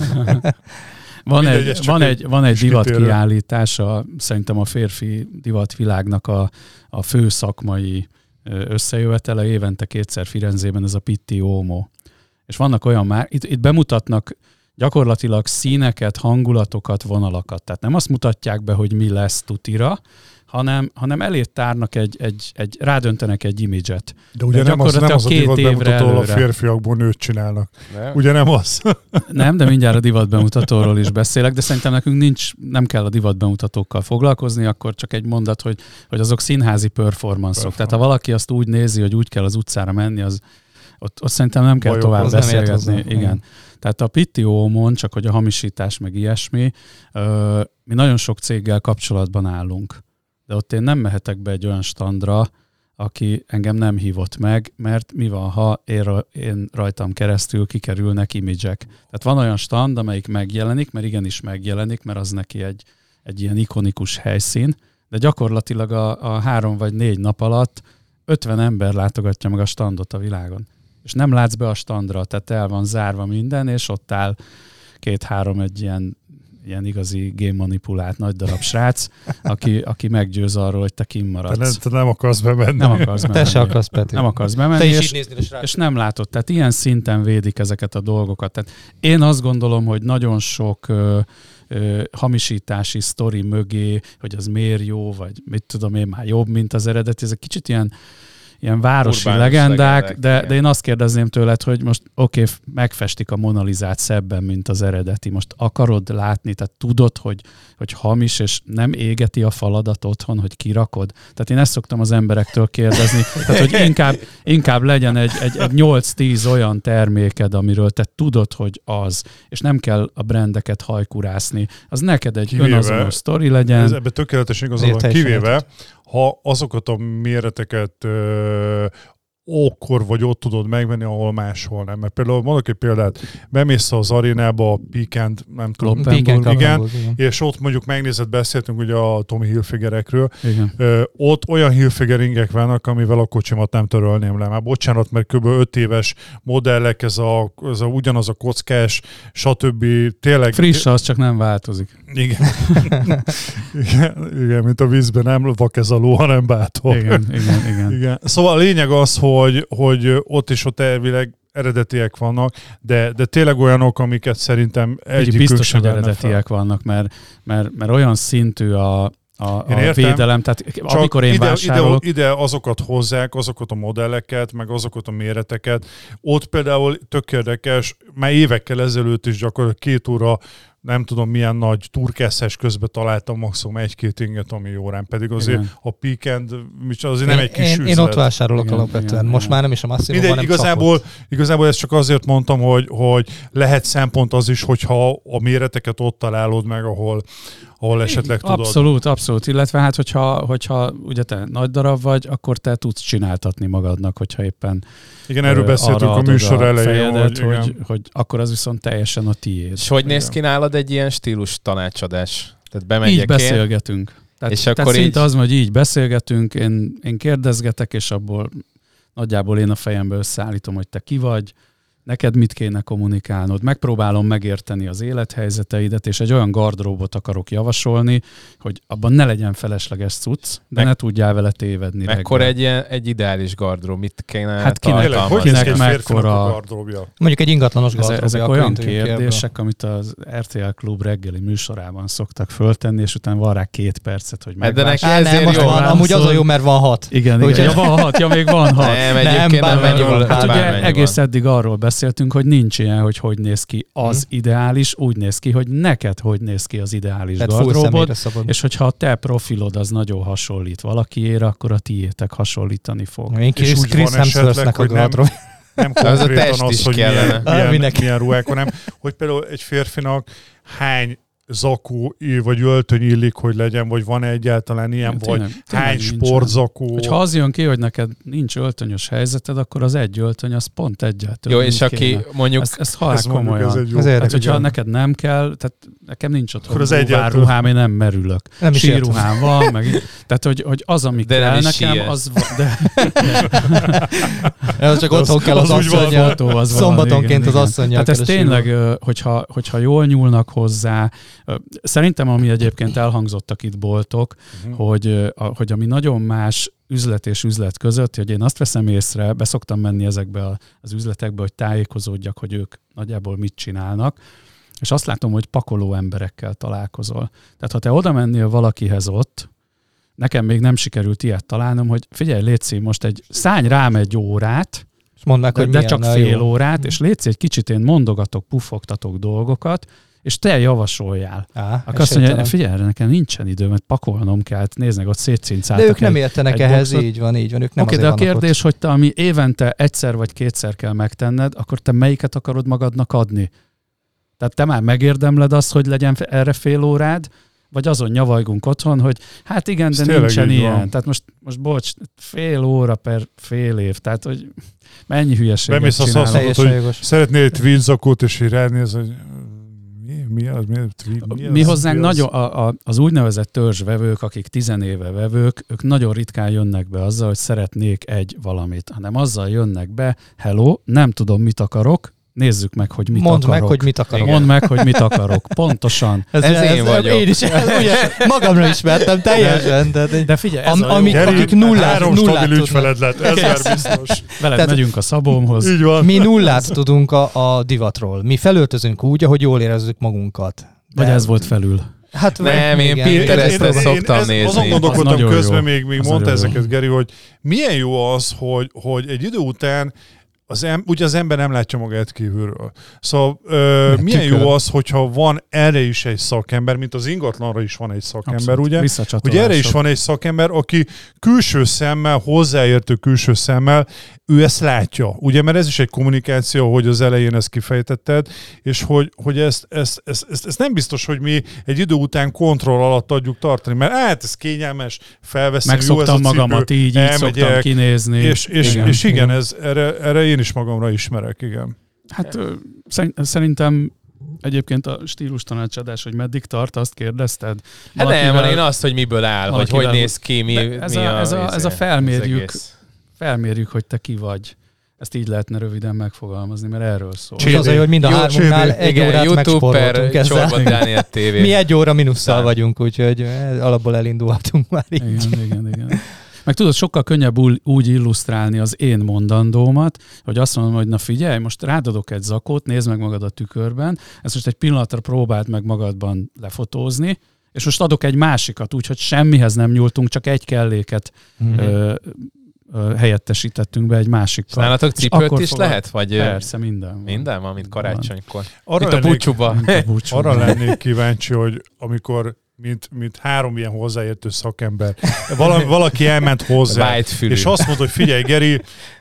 Van Mindegy, ez egy, csak van egy egy, van egy kitérő. divatkiállítás, a, szerintem a férfi divatvilágnak a, a fő szakmai ö, összejövetele, évente kétszer Firenzében, ez a Pitti Uomo. És vannak olyan már, itt, itt bemutatnak gyakorlatilag színeket, hangulatokat, vonalakat. Tehát nem azt mutatják be, hogy mi lesz tutira, hanem, hanem elét tárnak egy, egy, egy, rádöntenek egy imidzset. De ugye de nem, az, nem az a divat bemutatóról a férfiakból nőt csinálnak. Ne? Ugye nem az? Nem, de mindjárt a divat bemutatóról is beszélek, de szerintem nekünk nincs, nem kell a divat bemutatókkal foglalkozni, akkor csak egy mondat, hogy, hogy azok színházi performance-ok. Tehát ha valaki azt úgy nézi, hogy úgy kell az utcára menni, az ott, ott szerintem nem kell Bajok, tovább beszélgetni. Igen. Tehát a Pitti Ómon, csak hogy a hamisítás meg ilyesmi, ö, mi nagyon sok céggel kapcsolatban állunk. De ott én nem mehetek be egy olyan standra, aki engem nem hívott meg, mert mi van, ha én, én rajtam keresztül kikerülnek imidzsek. Tehát van olyan stand, amelyik megjelenik, mert igenis megjelenik, mert az neki egy, egy ilyen ikonikus helyszín, de gyakorlatilag a, a három vagy négy nap alatt ötven ember látogatja meg a standot a világon. És nem látsz be a standra, tehát el van zárva minden, és ott áll két-három egy ilyen, ilyen igazi game manipulált nagy darab srác, aki, aki meggyőz arról, hogy te kinn maradsz. Te nem, te nem akarsz bemenni. Nem akarsz bemenni. Te se akarsz, Peti. Nem akarsz bemenni, te is és, így nézni, és nem látod. Tehát ilyen szinten védik ezeket a dolgokat. Tehát én azt gondolom, hogy nagyon sok ö, ö, hamisítási sztori mögé, hogy az miért jó, vagy mit tudom én, már jobb, mint az eredeti. Ez egy kicsit ilyen ilyen városi Urbánus legendák, legendák de, de én azt kérdezném tőled, hogy most oké, okay, megfestik a Mona Lisát szebben, mint az eredeti. Most akarod látni, tehát tudod, hogy, hogy hamis, és nem égeti a faladat otthon, hogy kirakod? Tehát én ezt szoktam az emberektől kérdezni, tehát hogy inkább, inkább legyen egy, egy, egy nyolc-tíz olyan terméked, amiről te tudod, hogy az, és nem kell a brandeket hajkurászni. Az neked egy kivéve, önazonos sztori legyen. Ez ebben tökéletesen igazán van, kivéve, ha azokat a méreteket ö, akkor vagy ott tudod megvenni, ahol máshol nem. Mert például mondok egy példát, bemész az arénába, a Peekend, nem tudom, Peekend, igen, igen, és ott mondjuk megnézed, beszéltünk ugye a Tommy Hilfigerekről, ö, ott olyan Hilfigeringek vannak, amivel a kocsimat nem törölném le. Már bocsánat, mert kb. öt éves modellek, ez a, ez a ugyanaz a kockás, stb. Tényleg... Friss az, csak nem változik. Igen. igen, igen, mint a vízben nem vak ez a ló, hanem bátor. Igen, igen, igen. igen. Szóval a lényeg az, hogy, hogy ott is ott elvileg eredetiek vannak, de, de tényleg olyanok, amiket szerintem egyikük biztos, hogy eredetiek fel. vannak, mert, mert, mert olyan szintű a, a, a védelem, tehát csak amikor én ide, vásárolok... Ide, ide azokat hozzák, azokat a modelleket, meg azokat a méreteket. Ott például tök érdekes, már évekkel ezelőtt is gyakorlatilag két óra nem tudom milyen nagy turkesszes közben találtam maximum egy-két inget, ami órán, pedig azért igen. a Peekend azért én, nem egy kis én, üzlet. Én ott vásárolok igen, alapvetően. Igen, Most igen. már nem is a Massimo, hanem igazából, igazából ezt csak azért mondtam, hogy, hogy lehet szempont az is, hogyha a méreteket ott találod meg, ahol, ahol esetleg tudod. Abszolút, abszolút. Illetve hát, hogyha, hogyha ugye te nagy darab vagy, akkor te tudsz csináltatni magadnak, hogyha éppen igen, erről beszéltünk a műsor a elején, fejedet, hogy, hogy, hogy akkor az viszont teljesen a tiéd. És hogy néz ki nálad egy ilyen stílus tanácsadás? Tehát bemegyek így beszélgetünk. Tehát, és tehát akkor szinte így... az, hogy így beszélgetünk, én, én kérdezgetek, és abból nagyjából én a fejembe összeállítom, hogy te ki vagy, neked mit kéne kommunikálnod. Megpróbálom megérteni az élethelyzeteidet, és egy olyan gardróbot akarok javasolni, hogy abban ne legyen felesleges cucc, de Meg... ne tudjál vele tévedni. Mekkora egy, ilyen, egy ideális gardrób? Mit kéne hát kinek, hogy kinek mekkora... Mondjuk egy ingatlanos gardróbja. Ezek olyan kérdések, amit az er té el Klub reggeli műsorában szoktak föltenni, és utána van rá két percet, hogy megvásárolj. Nem, most van, amúgy az a jó, mert van hat. Igen, igen. Ja, van hat, ja, még van hat. Nem, egyébként nem mennyi. Hát ugye egész eddig arról beszéltünk, hogy nincs ilyen, hogy hogy néz ki az hmm. ideális, úgy néz ki, hogy neked hogy néz ki az ideális tehát gardróbod, és hogyha a te profilod az nagyon hasonlít valakiére, akkor a tiétek hasonlítani fog. Én és úgy Chris Hemsworthnek a gardrób. Nem konkrétan az, hogy milyen, milyen, milyen ruhák, hanem hogy például egy férfinak hány zakó vagy öltöny illik, hogy legyen, vagy van egyáltalán ilyen, nem, vagy tényleg, hány sportzakó. Hogyha az jön ki, hogy neked nincs öltönyös helyzeted, akkor az egy öltöny, az pont egyáltalán. Jó, és aki kéne. mondjuk... Ezt, ezt halál komolyan. Ez ez hát, hogyha neked nem kell, tehát nekem nincs otthon ruhám, én nem merülök. Nem sírruhám van, meg... Tehát, hogy, hogy az, ami de kell nekem, siess. az... De... Ez csak otthon kell az asszonyjal. Szombatonként az asszonyjal. Tehát ez tényleg, hogyha jól nyúlnak hozzá, szerintem, ami egyébként elhangzottak itt boltok, uh-huh. hogy, hogy ami nagyon más üzlet és üzlet között, hogy én azt veszem észre, beszoktam menni ezekbe az üzletekbe, hogy tájékozódjak, hogy ők nagyjából mit csinálnak, és azt látom, hogy pakoló emberekkel találkozol. Tehát ha te oda mennél valakihez ott, nekem még nem sikerült ilyet találnom, hogy figyelj, létszik most egy, szállj rám egy órát, és mondd meg, de, hogy de csak fél jó. órát, és létszik egy kicsit én mondogatok, puffogtatok dolgokat, és te javasoljál. Á, akkor azt mondja, figyelj, nekem nincsen időm, mert pakolnom kell, hát nézd meg, ott szétcincáltak. De ők nem értenek ehhez, boxot. Így van, így van. Ők nem Oké, de a kérdés, ott. hogy te, ami évente egyszer vagy kétszer kell megtenned, akkor te melyiket akarod magadnak adni? Tehát te már megérdemled azt, hogy legyen erre fél órád, vagy azon nyavajgunk otthon, hogy hát igen, de ez nincsen ilyen. Van. Tehát most, most bocs, fél óra per fél év, tehát hogy mennyi hülyeséget Bemész azt csinálom. azt mondod, hogy szeretnél egy tweedzakót, és így ránéz, hogy mi, mi az? Mi, tweet, mi, mi az, hozzánk mi az? nagyon, a, a, az úgynevezett törzsvevők, akik tizenéve vevők, ők nagyon ritkán jönnek be azzal, hogy szeretnék egy valamit, hanem azzal jönnek be, hello, nem tudom, mit akarok, nézzük meg, hogy mit Mondd akarok. meg, hogy mit akarok. Mondd meg, hogy mit akarok. Pontosan. Ez, ez, ez én vagyok. Én is ez, ugye, magamra ismertem teljesen. De, De, de figyelj, ez am, a jó. amik, Geri, akik nullát, három nullát stabil ügyfeled tudnak. lett, ez már biztos. Veled Tehát- megyünk a szabómhoz. Így van. Mi nullát tudunk a, a divatról. Mi felöltözünk úgy, ahogy jól érezzük magunkat. Vagy De- ez volt felül. Hát, Nem, én igen, Pinterestre igen. szoktam ez- nézni. Azon Az gondolkodtam nagyon közben, jó. még, még Az mondta nagyon jó. ezeket, Geri, hogy milyen jó az, hogy, hogy egy idő után az em, ugye az ember nem látja magát kívülről. Szóval ö, milyen tükör. jó az, hogyha van erre is egy szakember, mint az ingatlanra is van egy szakember, Abszolút. ugye? Visszacsatolások. Hogy erre is van egy szakember, aki külső szemmel, hozzáértő külső szemmel, ő ezt látja. Ugye, mert ez is egy kommunikáció, hogy az elején ezt kifejtetted, és hogy, hogy ezt, ezt, ezt, ezt, ezt nem biztos, hogy mi egy idő után kontroll alatt adjuk tartani, mert hát ez kényelmes, felveszem, jó ez a Megszoktam cipő, magamat így, így elmegyek, szoktam kinézni. és, és, Igen. és igen, ez, erre, erre én is magamra ismerek, igen. Hát ö, szerint- szerintem egyébként a stílus tanácsadás, hogy meddig tart, azt kérdezted? Hát nem, hanem én azt, hogy miből áll, hogy valakivel- hogy néz ki, mi, De ez mi a- ez a- ez a felmérjük. az egész. felmérjük, hogy te ki vagy. Ezt így lehetne röviden megfogalmazni, mert erről szól. És az, hogy mind a Jó, hármunknál egy Igen, órát YouTube megspóroltunk per ezzel. Csorba Dániel té vé. Mi egy óra minusszal Dán. vagyunk, úgyhogy eh, alapból elindulhatunk már így. Igen, igen, igen. Meg tudod, sokkal könnyebb úgy illusztrálni az én mondandómat, hogy azt mondom, hogy na figyelj, most rádadok egy zakót, nézd meg magad a tükörben, ezt most egy pillanatra próbáld meg magadban lefotózni, és most adok egy másikat, úgyhogy semmihez nem nyúltunk, csak egy kelléket Mhm. ö, ö, helyettesítettünk be egy másikkal. Nálatok És cipőt akkor is fogad- lehet? Vagy Persze, minden van. minden van, mint karácsonykor. Arra Itt a lennék- búcsúba. Mint a búcsúban. Arra lennék kíváncsi, hogy amikor mint, mint három ilyen hozzáértő szakember, valami, valaki elment hozzá, Vájtfülű. és azt mondta, hogy figyelj, Geri,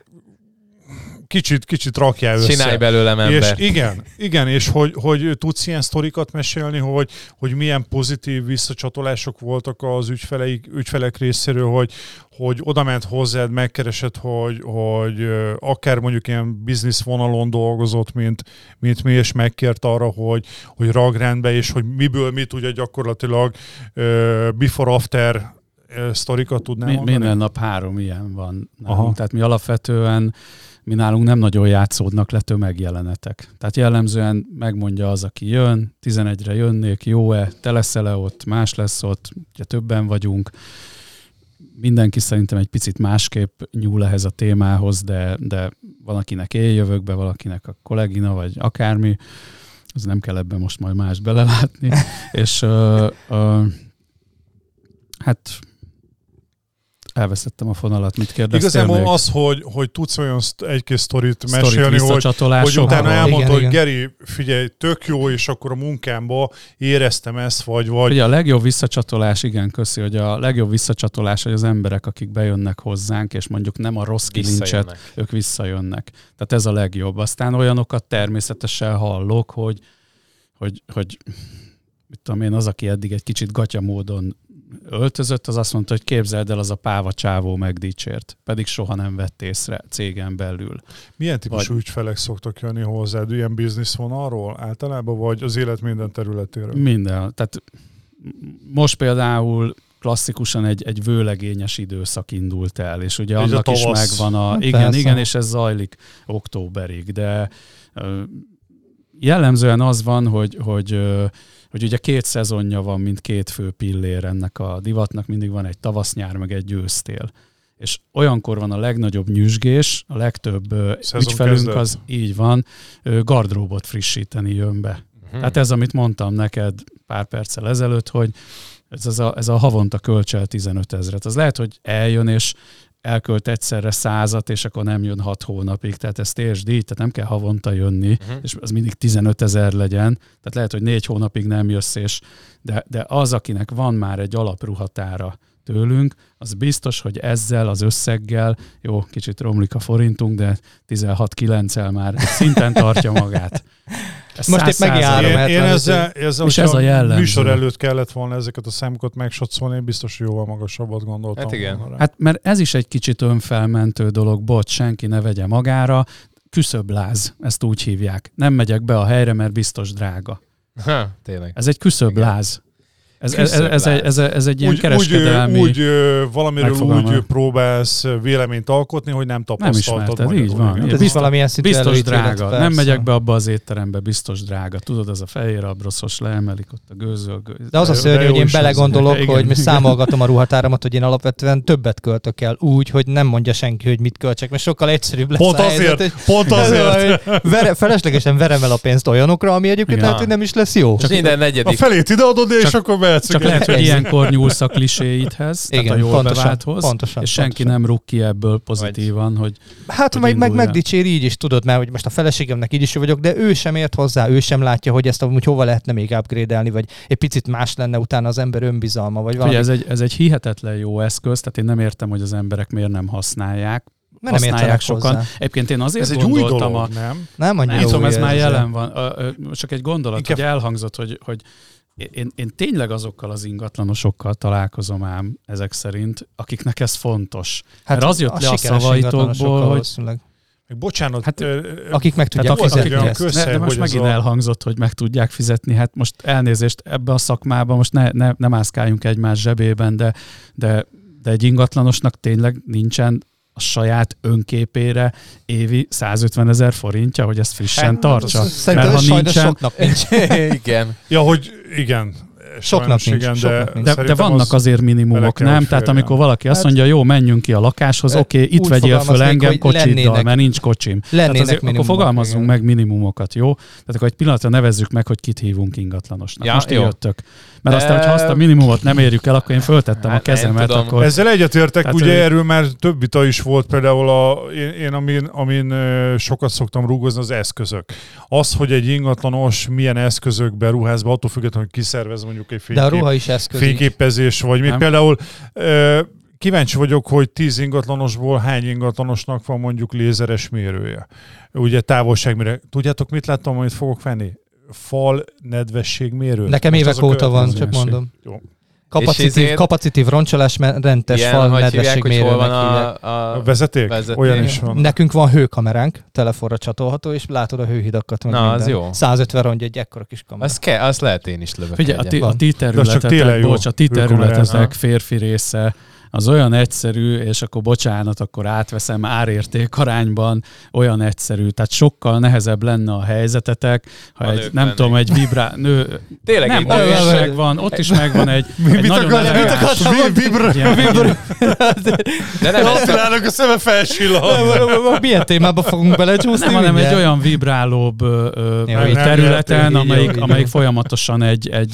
kicsit, kicsit rakjál össze. Csinálj belőlem És embert. igen, igen, és hogy, hogy tudsz ilyen sztorikat mesélni, hogy, hogy milyen pozitív visszacsatolások voltak az ügyfeleik, ügyfelek részéről, hogy, hogy oda ment hozzád, megkeresed, hogy, hogy ö, akár mondjuk ilyen biznisz vonalon dolgozott, mint, mint mi, és megkért arra, hogy, hogy rag rendbe, és hogy miből mit ugye gyakorlatilag ö, before-after ö, sztorikat tudnál Mi, mondani? minden nap három ilyen van Aha. nálunk. Tehát mi alapvetően, mi nálunk nem nagyon játszódnak le tömegjelenetek. Tehát jellemzően megmondja az, aki jön, tizenegyre jönnék, jó-e, te leszel-e ott, más lesz ott, ugye többen vagyunk. Mindenki szerintem egy picit másképp nyúl ehhez a témához, de, de van, akinek én jövök be, valakinek a kollégina, vagy akármi, az nem kell ebben most majd más belelátni. És ö, ö, hát elvesztettem a fonalat, mit kérdeztél Igazából még? az, hogy, hogy tudsz olyan szt- egy-két sztorit Sztorik, mesélni, hogy, hogy visszacsatolások. utána Aha. elmondta, Igen, hogy igen. Geri, figyelj, tök jó, és akkor a munkámba éreztem ezt, vagy... vagy Ugye a legjobb visszacsatolás, igen, köszi, hogy a legjobb visszacsatolás, hogy az emberek, akik bejönnek hozzánk, és mondjuk nem a rossz kilincset, Visszajönnek. ők visszajönnek. Tehát ez a legjobb. Aztán olyanokat természetesen hallok, hogy, hogy, hogy mit tudom én, az, aki eddig egy kicsit gatya módon öltözött, az azt mondta, hogy képzeld el, az a páva csávó megdicsért. Pedig soha nem vett észre cégen belül. milyen típusú vagy- ügyfelek szoktak jönni hozzád? Ilyen bizniszvonalról általában, vagy az élet minden területéről? Minden. Tehát most például klasszikusan egy, egy vőlegényes időszak indult el, és ugye Egy a annak is tavasz. megvan a... Hát igen, persze. igen, és ez zajlik októberig, de ö, jellemzően az van, hogy, hogy, ö, hogy ugye két szezonja van, mint két fő pillér ennek a divatnak, mindig van egy tavasz-nyár, meg egy ősztél. És olyankor van a legnagyobb nyüzsgés, a legtöbb ö, Szezon ügyfelünk kezdet. az így van, ö, gardróbot frissíteni jön be. Mhm. Tehát ez, amit mondtam neked pár perccel ezelőtt, hogy Ez, ez, a, ez a havonta kölcsel tizenöt ezret. Az lehet, hogy eljön, és elkölt egyszerre százat, és akkor nem jön hat hónapig. Tehát ezt értsd így, tehát nem kell havonta jönni, uh-huh. és az mindig tizenöt ezer legyen. Tehát lehet, hogy négy hónapig nem jössz, és de, de az, akinek van már egy alapruhatára tőlünk, az biztos, hogy ezzel az összeggel, jó, kicsit romlik a forintunk, de tizenhat kilenccel már szinten tartja magát. Ez most itt megjárom. Én, én ezzel, ezzel és ez a jellemző. Műsor előtt kellett volna ezeket a számokat megsatszolni, én biztos jóval magasabbat gondoltam. Hát igen. Volna. Hát mert ez is egy kicsit önfelmentő dolog, bocs, senki ne vegye magára, küszöbláz, ezt úgy hívják. Nem megyek be a helyre, mert biztos drága. Ha, tényleg. Ez egy küszöbláz. Ez, ez, ez, ez, egy, ez, ez egy ilyen úgy, kereskedelmi... Úgy, úgy valamiről úgy próbálsz véleményt alkotni, hogy nem tapasztaltad. Nem ismerted, így van. Ez biztos, valamilyen szintű biztos drága. Nem megyek be abba az étterembe, biztos drága. Tudod, az a fehér abroszos leemelik ott a gőző. gőző. De az a szörnyű, hogy én belegondolok, igen, hogy mi számolgatom a ruhatáramat, hogy én alapvetően többet költök el úgy, hogy nem mondja senki, hogy mit költsek, mert sokkal egyszerűbb lesz. Pont azért, helyzet, pont azért. Vere, feleslegesen verem el a pénzt olyanokra, ami egyébként lehet, hogy nem is lesz jó. Csak minden negyedik. A felét ideadod, és akkor mehetsz. Csak lehet, hogy ilyenkor nyúlsz a kliséidhez, tehát a jól beválthoz, pontosan, és senki pontosan. nem rúg ki ebből pozitívan, hogy hát hogy meg, meg megdicsér így is, tudod már, hogy most a feleségemnek így is jó vagyok, de ő sem ért hozzá, ő sem látja, hogy ezt amúgy hova lehetne még upgrade-elni, vagy egy picit más lenne utána az ember önbizalma, vagy valami. Ugye ez egy, ez egy hihetetlen jó eszköz, tehát én nem értem, hogy az emberek miért nem használják. Nem használják sokan. Hozzá. Egyébként én azért ez gondoltam... egy új dolog, a... nem? Nem annyira nem tudom, ez új már ez jelen van. Csak egy gondolat, Inkább... hogy elhangzott, hogy, hogy én, én tényleg azokkal az ingatlanosokkal találkozom ám ezek szerint, akiknek ez fontos. Hát mert az jött le a szavaitokból, hogy... Meg bocsánat, hát, ö, akik meg tudják akik, fizetni akik, ezt. Közhely, de most megint a... elhangzott, hogy meg tudják fizetni. Hát most elnézést ebbe a szakmában, most ne, ne, ne mászkáljunk egymás zsebében, de, de, de egy ingatlanosnak tényleg nincsen a saját önképére évi százötven ezer forintja, hogy ezt frissen hát, tartsa. Szerintem mert ha nincsen... soknak nincs. Igen. Ja, hogy igen. Soknak nincs. Igen, soknak de, nincs. De, de vannak az azért minimumok, nem? Tehát amikor valaki azt mondja, jó, menjünk ki a lakáshoz, oké, okay, itt vegyél föl engem kocsiddal, mert nincs kocsim. Tehát azért, akkor fogalmazzunk igen. meg minimumokat, jó? Tehát akkor egy pillanatra nevezzük meg, hogy kit hívunk ingatlanosnak. Ja, most jó. Jöttök. Mert aztán, hogyha azt a minimumot nem érjük el, akkor én föltettem hát, a kezemet. Akkor... Ezzel egyetértek, tehát, ugye erről már több vita is volt, például a, én, én amin, amin sokat szoktam rúgozni, az eszközök. Az, hogy egy ingatlanos milyen eszközökbe ruház be, attól függetlenül, hogy kiszervez mondjuk egy fénykép, de a ruha is eszköz fényképezés, vagy még például ö, kíváncsi vagyok, hogy tíz ingatlanosból hány ingatlanosnak van mondjuk lézeres mérője. Ugye távolságmérő. Tudjátok, mit láttam, amit fogok venni? Fal nedvességmérő. Nekem most évek óta van, csak mondom. Jó. Kapacitív, kapacitív roncsolás, rentes ilyen, fal nedvességmérőnek hívják. A, a, a vezeték? vezeték? Olyan is van. Nekünk van hőkameránk, telefonra csatolható, és látod a hőhidakat. Na, az jó. százötven rongy egy ekkora kis kamera. Azt, ke, azt lehet én is lövök. Figyelj, a ti, a ti területetek, bocs, a ti területetek férfi része, az olyan egyszerű, és akkor bocsánat, akkor átveszem árérték arányban, olyan egyszerű. Tehát sokkal nehezebb lenne a helyzetetek, ha egy, nem lenni. tudom, egy vibrá... Nő... Tényleg nem, ott is megvan, ott is megvan egy, egy mit nagyon akar, mit akartam? Vibra... Vibra... De nem azt állnak, a szeme felsillan. Milyen témába fogunk belecsúszni? Nem, hanem egy olyan vibrálóbb területen, amelyik folyamatosan egy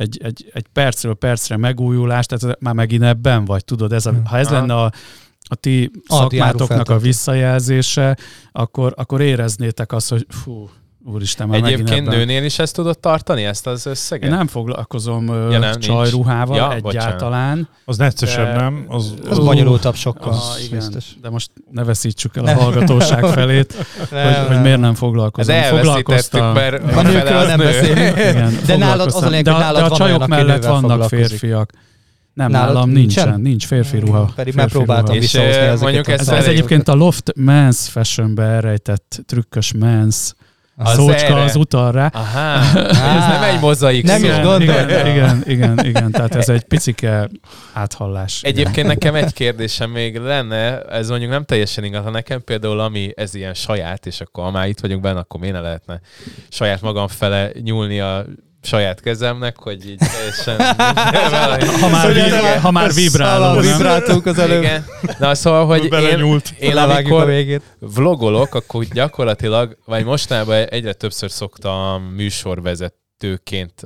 percről percre megújulás, tehát már megint ebben vagy, tudod. Ez a, ha ez lenne a, a ti szakmátoknak a visszajelzése, akkor, akkor éreznétek azt, hogy fú, úristen, már egyébként megint ebben. Nőnél is ezt tudod tartani, ezt az összeget? Én nem foglalkozom ja, nem, csajruhával ja, egyáltalán. Bocsánat. Az necesebb, nem? Az, az uh, bonyolultabb sokkal. Az, igen, de most ne veszítsük el a hallgatóság felét, hogy, hogy miért nem foglalkozom. Ez elveszítettük, mert a nőkről nem beszélünk. Igen, de nálad az a lényeg, hogy nálad de a csajok mellett vannak férfiak. Nem, nálad nálam nincsen, nincsen, nincs férfi ruha. Pedig megpróbáltam visszahozni ezeket. Ez, ez egyébként a Loft Men's Fashionbe elrejtett trükkös men's az szócska erre. Az utal rá. Aha, ez nem egy mozaik. Nem igen, is gondoltam. Igen, igen, igen, igen, tehát ez egy picike áthallás. Egyébként nekem egy kérdésem még lenne, ez mondjuk nem teljesen igaz, ha nekem például ami ez ilyen saját, és akkor ha már itt vagyunk benne, akkor miért ne lehetne saját magam fele nyúlni a saját kezemnek, hogy így teljesen... ha, már vibra, ha már vibrálunk, vibráltunk az előbb. Igen. Na szóval, hogy én, én amikor a vlogolok, akkor gyakorlatilag, vagy mostanában egyre többször szoktam műsorvezető vezetőként,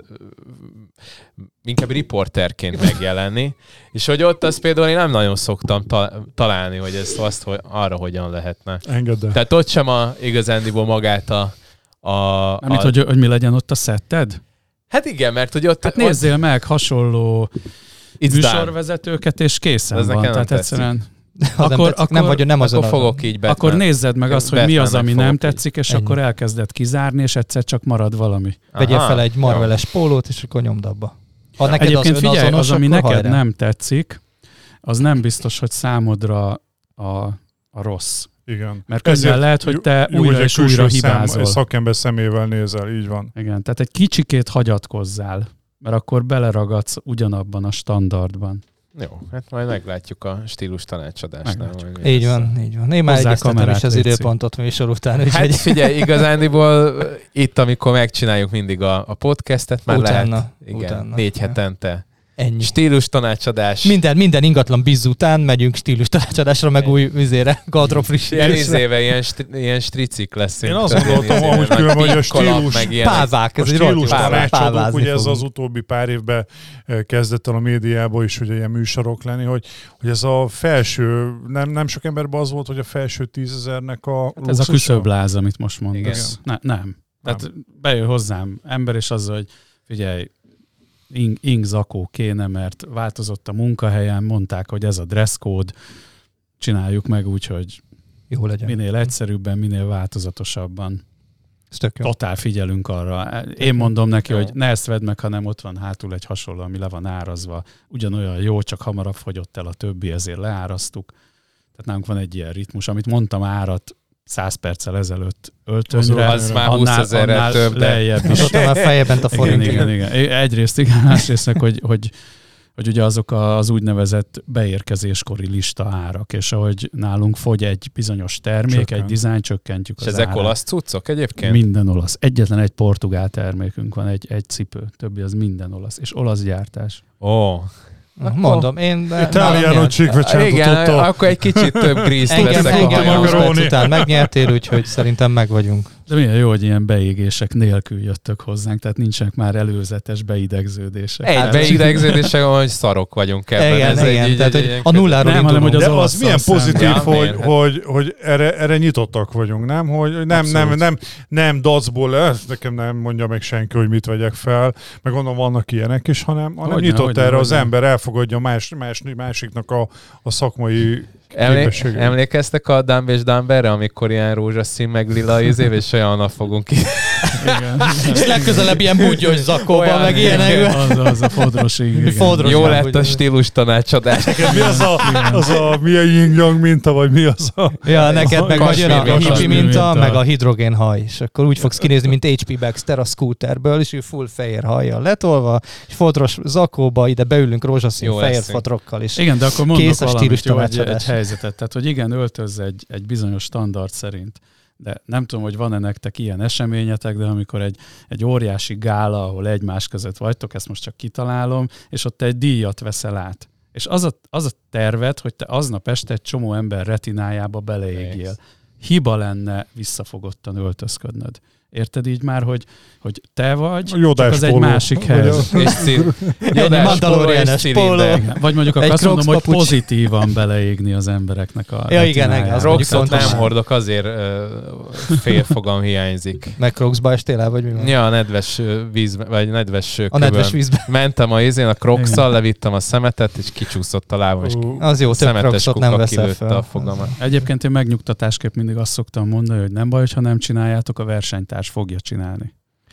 inkább riporterként megjelenni, és hogy ott azt például én nem nagyon szoktam ta- találni, hogy ezt azt hogy arra hogyan lehetne. Engedd el. Tehát ott sem a igazándiból magát a... a, Amit, a... hogy, hogy mi legyen ott a szetted? Hát igen, mert hogy ott... Hát nézzél ott... meg hasonló műsorvezetőket, és készen ez van. nekem Tehát nem egyszerűen... Akkor, nem, tetszik, nem vagy, nem azon akkor fogok így Batman. Akkor nézzed meg azt, hogy mi az, ami nem tetszik, és Ennyi. akkor elkezded kizárni, és egyszer csak marad valami. Vegyél Aha, fel egy jó. marveles pólót, és akkor nyomd abba. Ha neked Egyébként az figyelj, önazonos, az, ami akkor neked hajrá. nem tetszik, az nem biztos, hogy számodra a, a rossz. Igen. Mert könnyen lehet, hogy te jó, újra hogy egy és újra külső szem- hibázol. szakember szemével nézel, így van. Igen, tehát egy kicsikét hagyatkozzál, mert akkor beleragadsz ugyanabban a standardban. Jó, hát majd meglátjuk a stílus tanácsadásnál. Meglátjuk. hogy mi Így lesz. van, így van. Én már Hozzá egyeztetem kamerát, is az léci. időpontot műsor után. Hát Úgyhogy figyelj, igazándiból itt, amikor megcsináljuk mindig a, a podcastet, már Utána, lehet igen, utána. négy Ja. hetente. ennyi. Stílus tanácsadás. Minden, minden ingatlan bizz után megyünk stílus tanácsadásra, meg új vizére, gadro Ilyen frissítésre. izéve, ilyen, st- ilyen stricik leszünk. Én azt Tehát ilyen gondoltam, izéve, ahogy nagy különben, hogy a pikkolak, stílus- meg ilyenek. Pávák, A ez egy stílus rohadt jó tanácsadók, pávázni ugye ez fogunk. az utóbbi pár évben eh, kezdett el a médiában is ugye ilyen műsorok lenni, hogy, hogy ez a felső, nem, nem sok emberben az volt, hogy a felső tízezernek a Hát ez a küszöbláz, amit most mondasz. Ne, nem. Nem. Tehát bejön hozzám ember, és az, hogy figyelj, ing, ing zakó kéne, mert változott a munkahelyen, mondták, hogy ez a dress code, csináljuk meg úgy, hogy Jó legyen. minél egyszerűbben, minél változatosabban. Ez tök jó. Totál figyelünk arra. Én mondom neki, Jó. hogy ne ezt vedd meg, hanem ott van hátul egy hasonló, ami le van árazva. Ugyanolyan jó, csak hamarabb fogyott el a többi, ezért leáraztuk. Tehát nálunk van egy ilyen ritmus, amit mondtam árat száz perccel ezelőtt öltönyre, Az már annál, húszezerrel annál több, de- lejjebb is. Azóta már fejében a Igen, forint. igen, igen. Egyrészt igen, másrészt meg, hogy, hogy, hogy ugye azok az úgynevezett beérkezéskori lista árak, és ahogy nálunk fogy egy bizonyos termék, Csökken. egy dizájn, csökkentjük És az ezek árát. olasz cuccok egyébként? Minden olasz. Egyetlen egy portugál termékünk van, egy, egy cipő. Többi az minden olasz. És olasz gyártás. Ó. Mondom, én... Italiano cinquecento Igen, tutto. akkor egy kicsit több grízt Engem, veszek a engem hajamra. húsz perc Macaroni. után megnyertél, úgyhogy szerintem meg vagyunk. De milyen jó, hogy ilyen beégések nélkül jöttök hozzánk, tehát nincsenek már előzetes beidegződések. Egy Tehát- beidegződéssel, hogy szarok vagyunk ebben. Igen, Ez egy- igen, egy- tehát egy- hogy egy- a nulláról Nem, hanem, indulunk. hogy az De az olasszal milyen szemben. pozitív, Ja, hogy, miért? hogy, hogy erre, erre nyitottak vagyunk, nem? Hogy hogy nem, nem, Abszolút. nem, nem dacból, ezt nekem nem mondja meg senki, hogy mit vegyek fel, meg gondolom vannak ilyenek is, hanem, hanem Hogyne, nyitott hogyne, erre az hogyne. ember, elfogadja más, más, másiknak a, a szakmai Emlé- képességét. emlékeztek a Dumb és Dumberre, amikor ilyen rózsaszín meg lila izév, és olyan nap fogunk ki. Igen. És legközelebb ilyen bugyos zakóban, Olyan, meg igen. ilyenek. Az, az a fodros ing, igen. Fodros. Jó Most lett már, a hogy- stílus tanácsadás. Mi az a, az a mi a yin-yang minta, vagy mi az a... Ja, neked meg majd jön a Kasmír hippi kasmír minta, minta. meg a hidrogénhaj, és akkor úgy fogsz kinézni, mint há pé Baxter a scooterből, és ő full fehér hajjal letolva, és fodros zakóba, ide beülünk rózsaszín Jó fehér leszünk. fatrokkal is. Igen, de akkor mondok Kész a valamit, stílus jó, egy, tanácsadás. egy helyzetet. Tehát, hogy igen, öltözz egy, egy bizonyos standard szerint. De nem tudom, hogy van-e nektek ilyen eseményetek, de amikor egy, egy óriási gála, ahol egymás között vagytok, ezt most csak kitalálom, és ott te egy díjat veszel át. És az a, az a terved, hogy te aznap este egy csomó ember retinájába beleégjél. Hiba lenne visszafogottan öltözködnöd. Érted így már, hogy, hogy te vagy, csak Jodás az egy póló. másik Vagy a- helyzet. És cíl. Egy Mandalorian-es póló. Igen. Vagy mondjuk Egy akkor azt mondom, Crocs hogy papucs. pozitívan beleégni az embereknek a Ja, igen, retinájába. az Roxot mondjuk nem fontos. hordok, azért ö, félfogam hiányzik. Meg Crocsba estél el, vagy mi van? Ja, a nedves ö, víz, vagy nedves ö, A nedves kövön. vízbe. Mentem a izén a Crocs-szal, levittem a szemetet, és kicsúszott a lábam, és Ú, Az jó, több szemetes Crocsot nem kuka veszel kilőtte fel. a fogamat. Egyébként én megnyugtatásképp mindig azt szoktam mondani, hogy nem baj, ha nem csináljátok, a versenytárs fogja csinálni.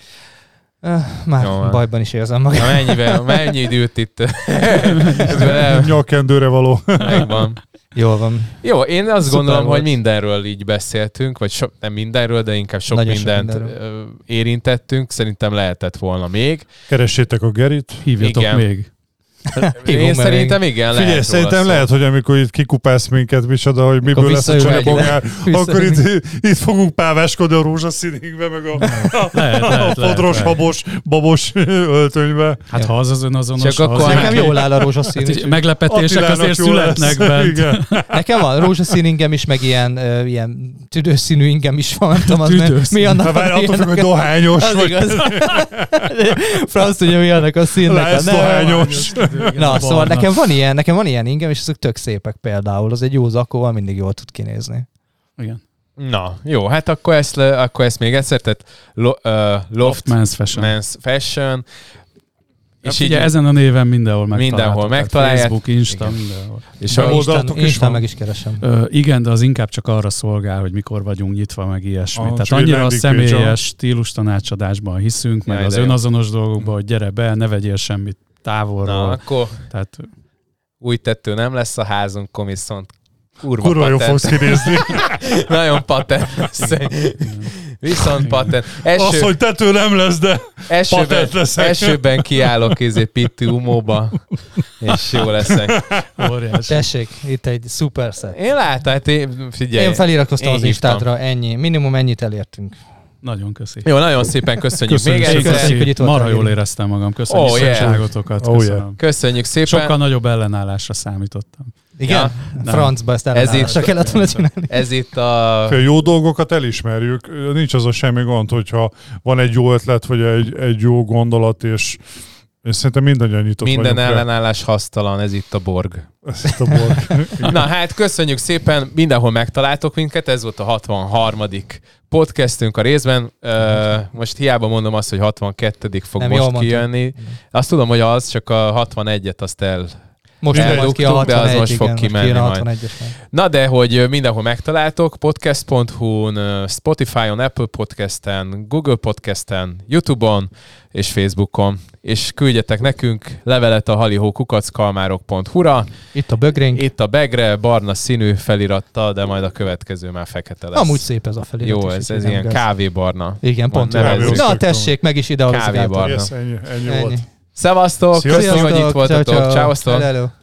Eh, Már Jó, van. bajban is érzem magam. Na mennyivel, mennyi időt itt közben el, Nyakendőre való. megvan. Jól van. Jó, én azt Szuper gondolom, volt. hogy mindenről így beszéltünk, vagy so, nem mindenről, de inkább sok Nagyon sok mindent mindenről. ö, érintettünk. Szerintem lehetett volna még. Keressétek a Gerit. Hívjatok Igen. még. Én szerintem igen, Figyelj, lehet szerintem róla lehet, hogy amikor itt kikupálsz minket, micsoda, hogy miből lesz a cserebogár, akkor itt, itt fogunk páváskodni a rózsaszínünkbe, meg a, lehet, a lehet, fodros, lehet. habos, babos öltönybe. Hát ha az az önazonos, Csak akkor az Nekem Nekem jól áll a rózsaszín. hát, meglepetések Attilának azért jó születnek lesz. bent. Igen. Nekem van rózsaszín ingem is, meg ilyen, uh, ilyen tüdőszínű ingem is van, nem tudom, az mi, Tüdőszínű. mi annak Hát várj, a attól függ, hogy ilyenek- dohányos, Az vagy igaz. Franc tudja, mi annak a színnek. a lesz neve. dohányos. Na, szóval nekem van ilyen, nekem van ilyen ingem, és azok tök szépek például. Az egy jó zakóval mindig jól tud kinézni. Igen. Na, jó, hát akkor ezt, le, akkor ezt még egyszer, tehát lo, uh, Loft Men's Fashion. Men's Fashion, És ugye ezen a néven mindenhol megtaláljátok. Mindenhol Tehát megtalálják. Facebook, Insta, Igen. mindenhol. és Be- a, oldaltok Instán, is Instán van? meg is keresem. Ö, igen, de az inkább csak arra szolgál, hogy mikor vagyunk nyitva, meg ilyesmi. Ah, Tehát csak egy annyira a landing page, személyes stílus tanácsadásban hiszünk, meg Jaj, az de jó. önazonos dolgokban, hogy gyere be, ne vegyél semmit távolról. na, akkor Tehát új tető nem lesz a házunkon, viszont kurva, Kurva jó patent. fogsz kinézni. Nagyon patent. Viszont patent. Az, Első, hogy tető nem lesz, de elsőben, patent leszek. elsőben kiállok izé Pitti Umóba, és jó leszek. óriás. Tessék, itt egy szuper set. Én láttam, hát én, figyelj. Én feliratkoztam én az hívtam. Instádra, ennyi. Minimum ennyit elértünk. Nagyon köszi. Jó, nagyon szépen köszönjük. Köszönjük, Még szépen. egyszer. Köszönjük, hogy itt voltál, Marha jól Geri. éreztem magam. Köszönjük Oh, oh, yeah. szépságotokat. Oh, Köszönöm. yeah. Köszönjük szépen. Sokkal nagyobb ellenállásra számítottam. Igen? Ja, nem. Francba ezt Ez ellenállásra itt- kellett volna csinálni. Ez itt a... a jó dolgokat elismerjük. Nincs az a semmi gond, hogyha van egy jó ötlet, vagy egy, egy jó gondolat, és, és szerintem mindannyian nyitott Minden vagyunk rá. ellenállás hasztalan, ez itt a Borg. Ez itt a borg. Na hát köszönjük szépen, mindenhol megtaláltok minket, ez volt a hatvanharmadik podcastünk a részben. Uh, most hiába mondom azt, hogy hatvankettedik fog Nem, most jól mondtad. kijönni. Azt tudom, hogy az, csak a hatvanegyet azt el... Most Mindegy. jön ki a Eldugtuk, de az hatvanegy, most fog igen, most kimenni kijön a majd. hatvanegyes majd. Na de, hogy mindenhol megtaláltok, podcast pont hu-n, Spotify-on, Apple Podcasten, Google Podcasten, YouTube-on és Facebookon. És küldjetek nekünk levelet a halihókukackalmárok pont hu-ra. Itt a bögrénk. Itt a begre, barna színű felirattal, de majd a következő már fekete lesz. Amúgy szép ez a felirat. Jó, is, ez, úgyhogy ez nem ilyen gáz. kávébarna. Igen, Van, pont nevezzük. olyan. Na tessék, meg is ide a Kávébar. vezegátor. Yes, ennyi, ennyi volt. Ennyi. Szevasztok, Sziasztok. köszönjük, hogy itt voltatok. Ciao, ciao. Ciao. Hello, hello.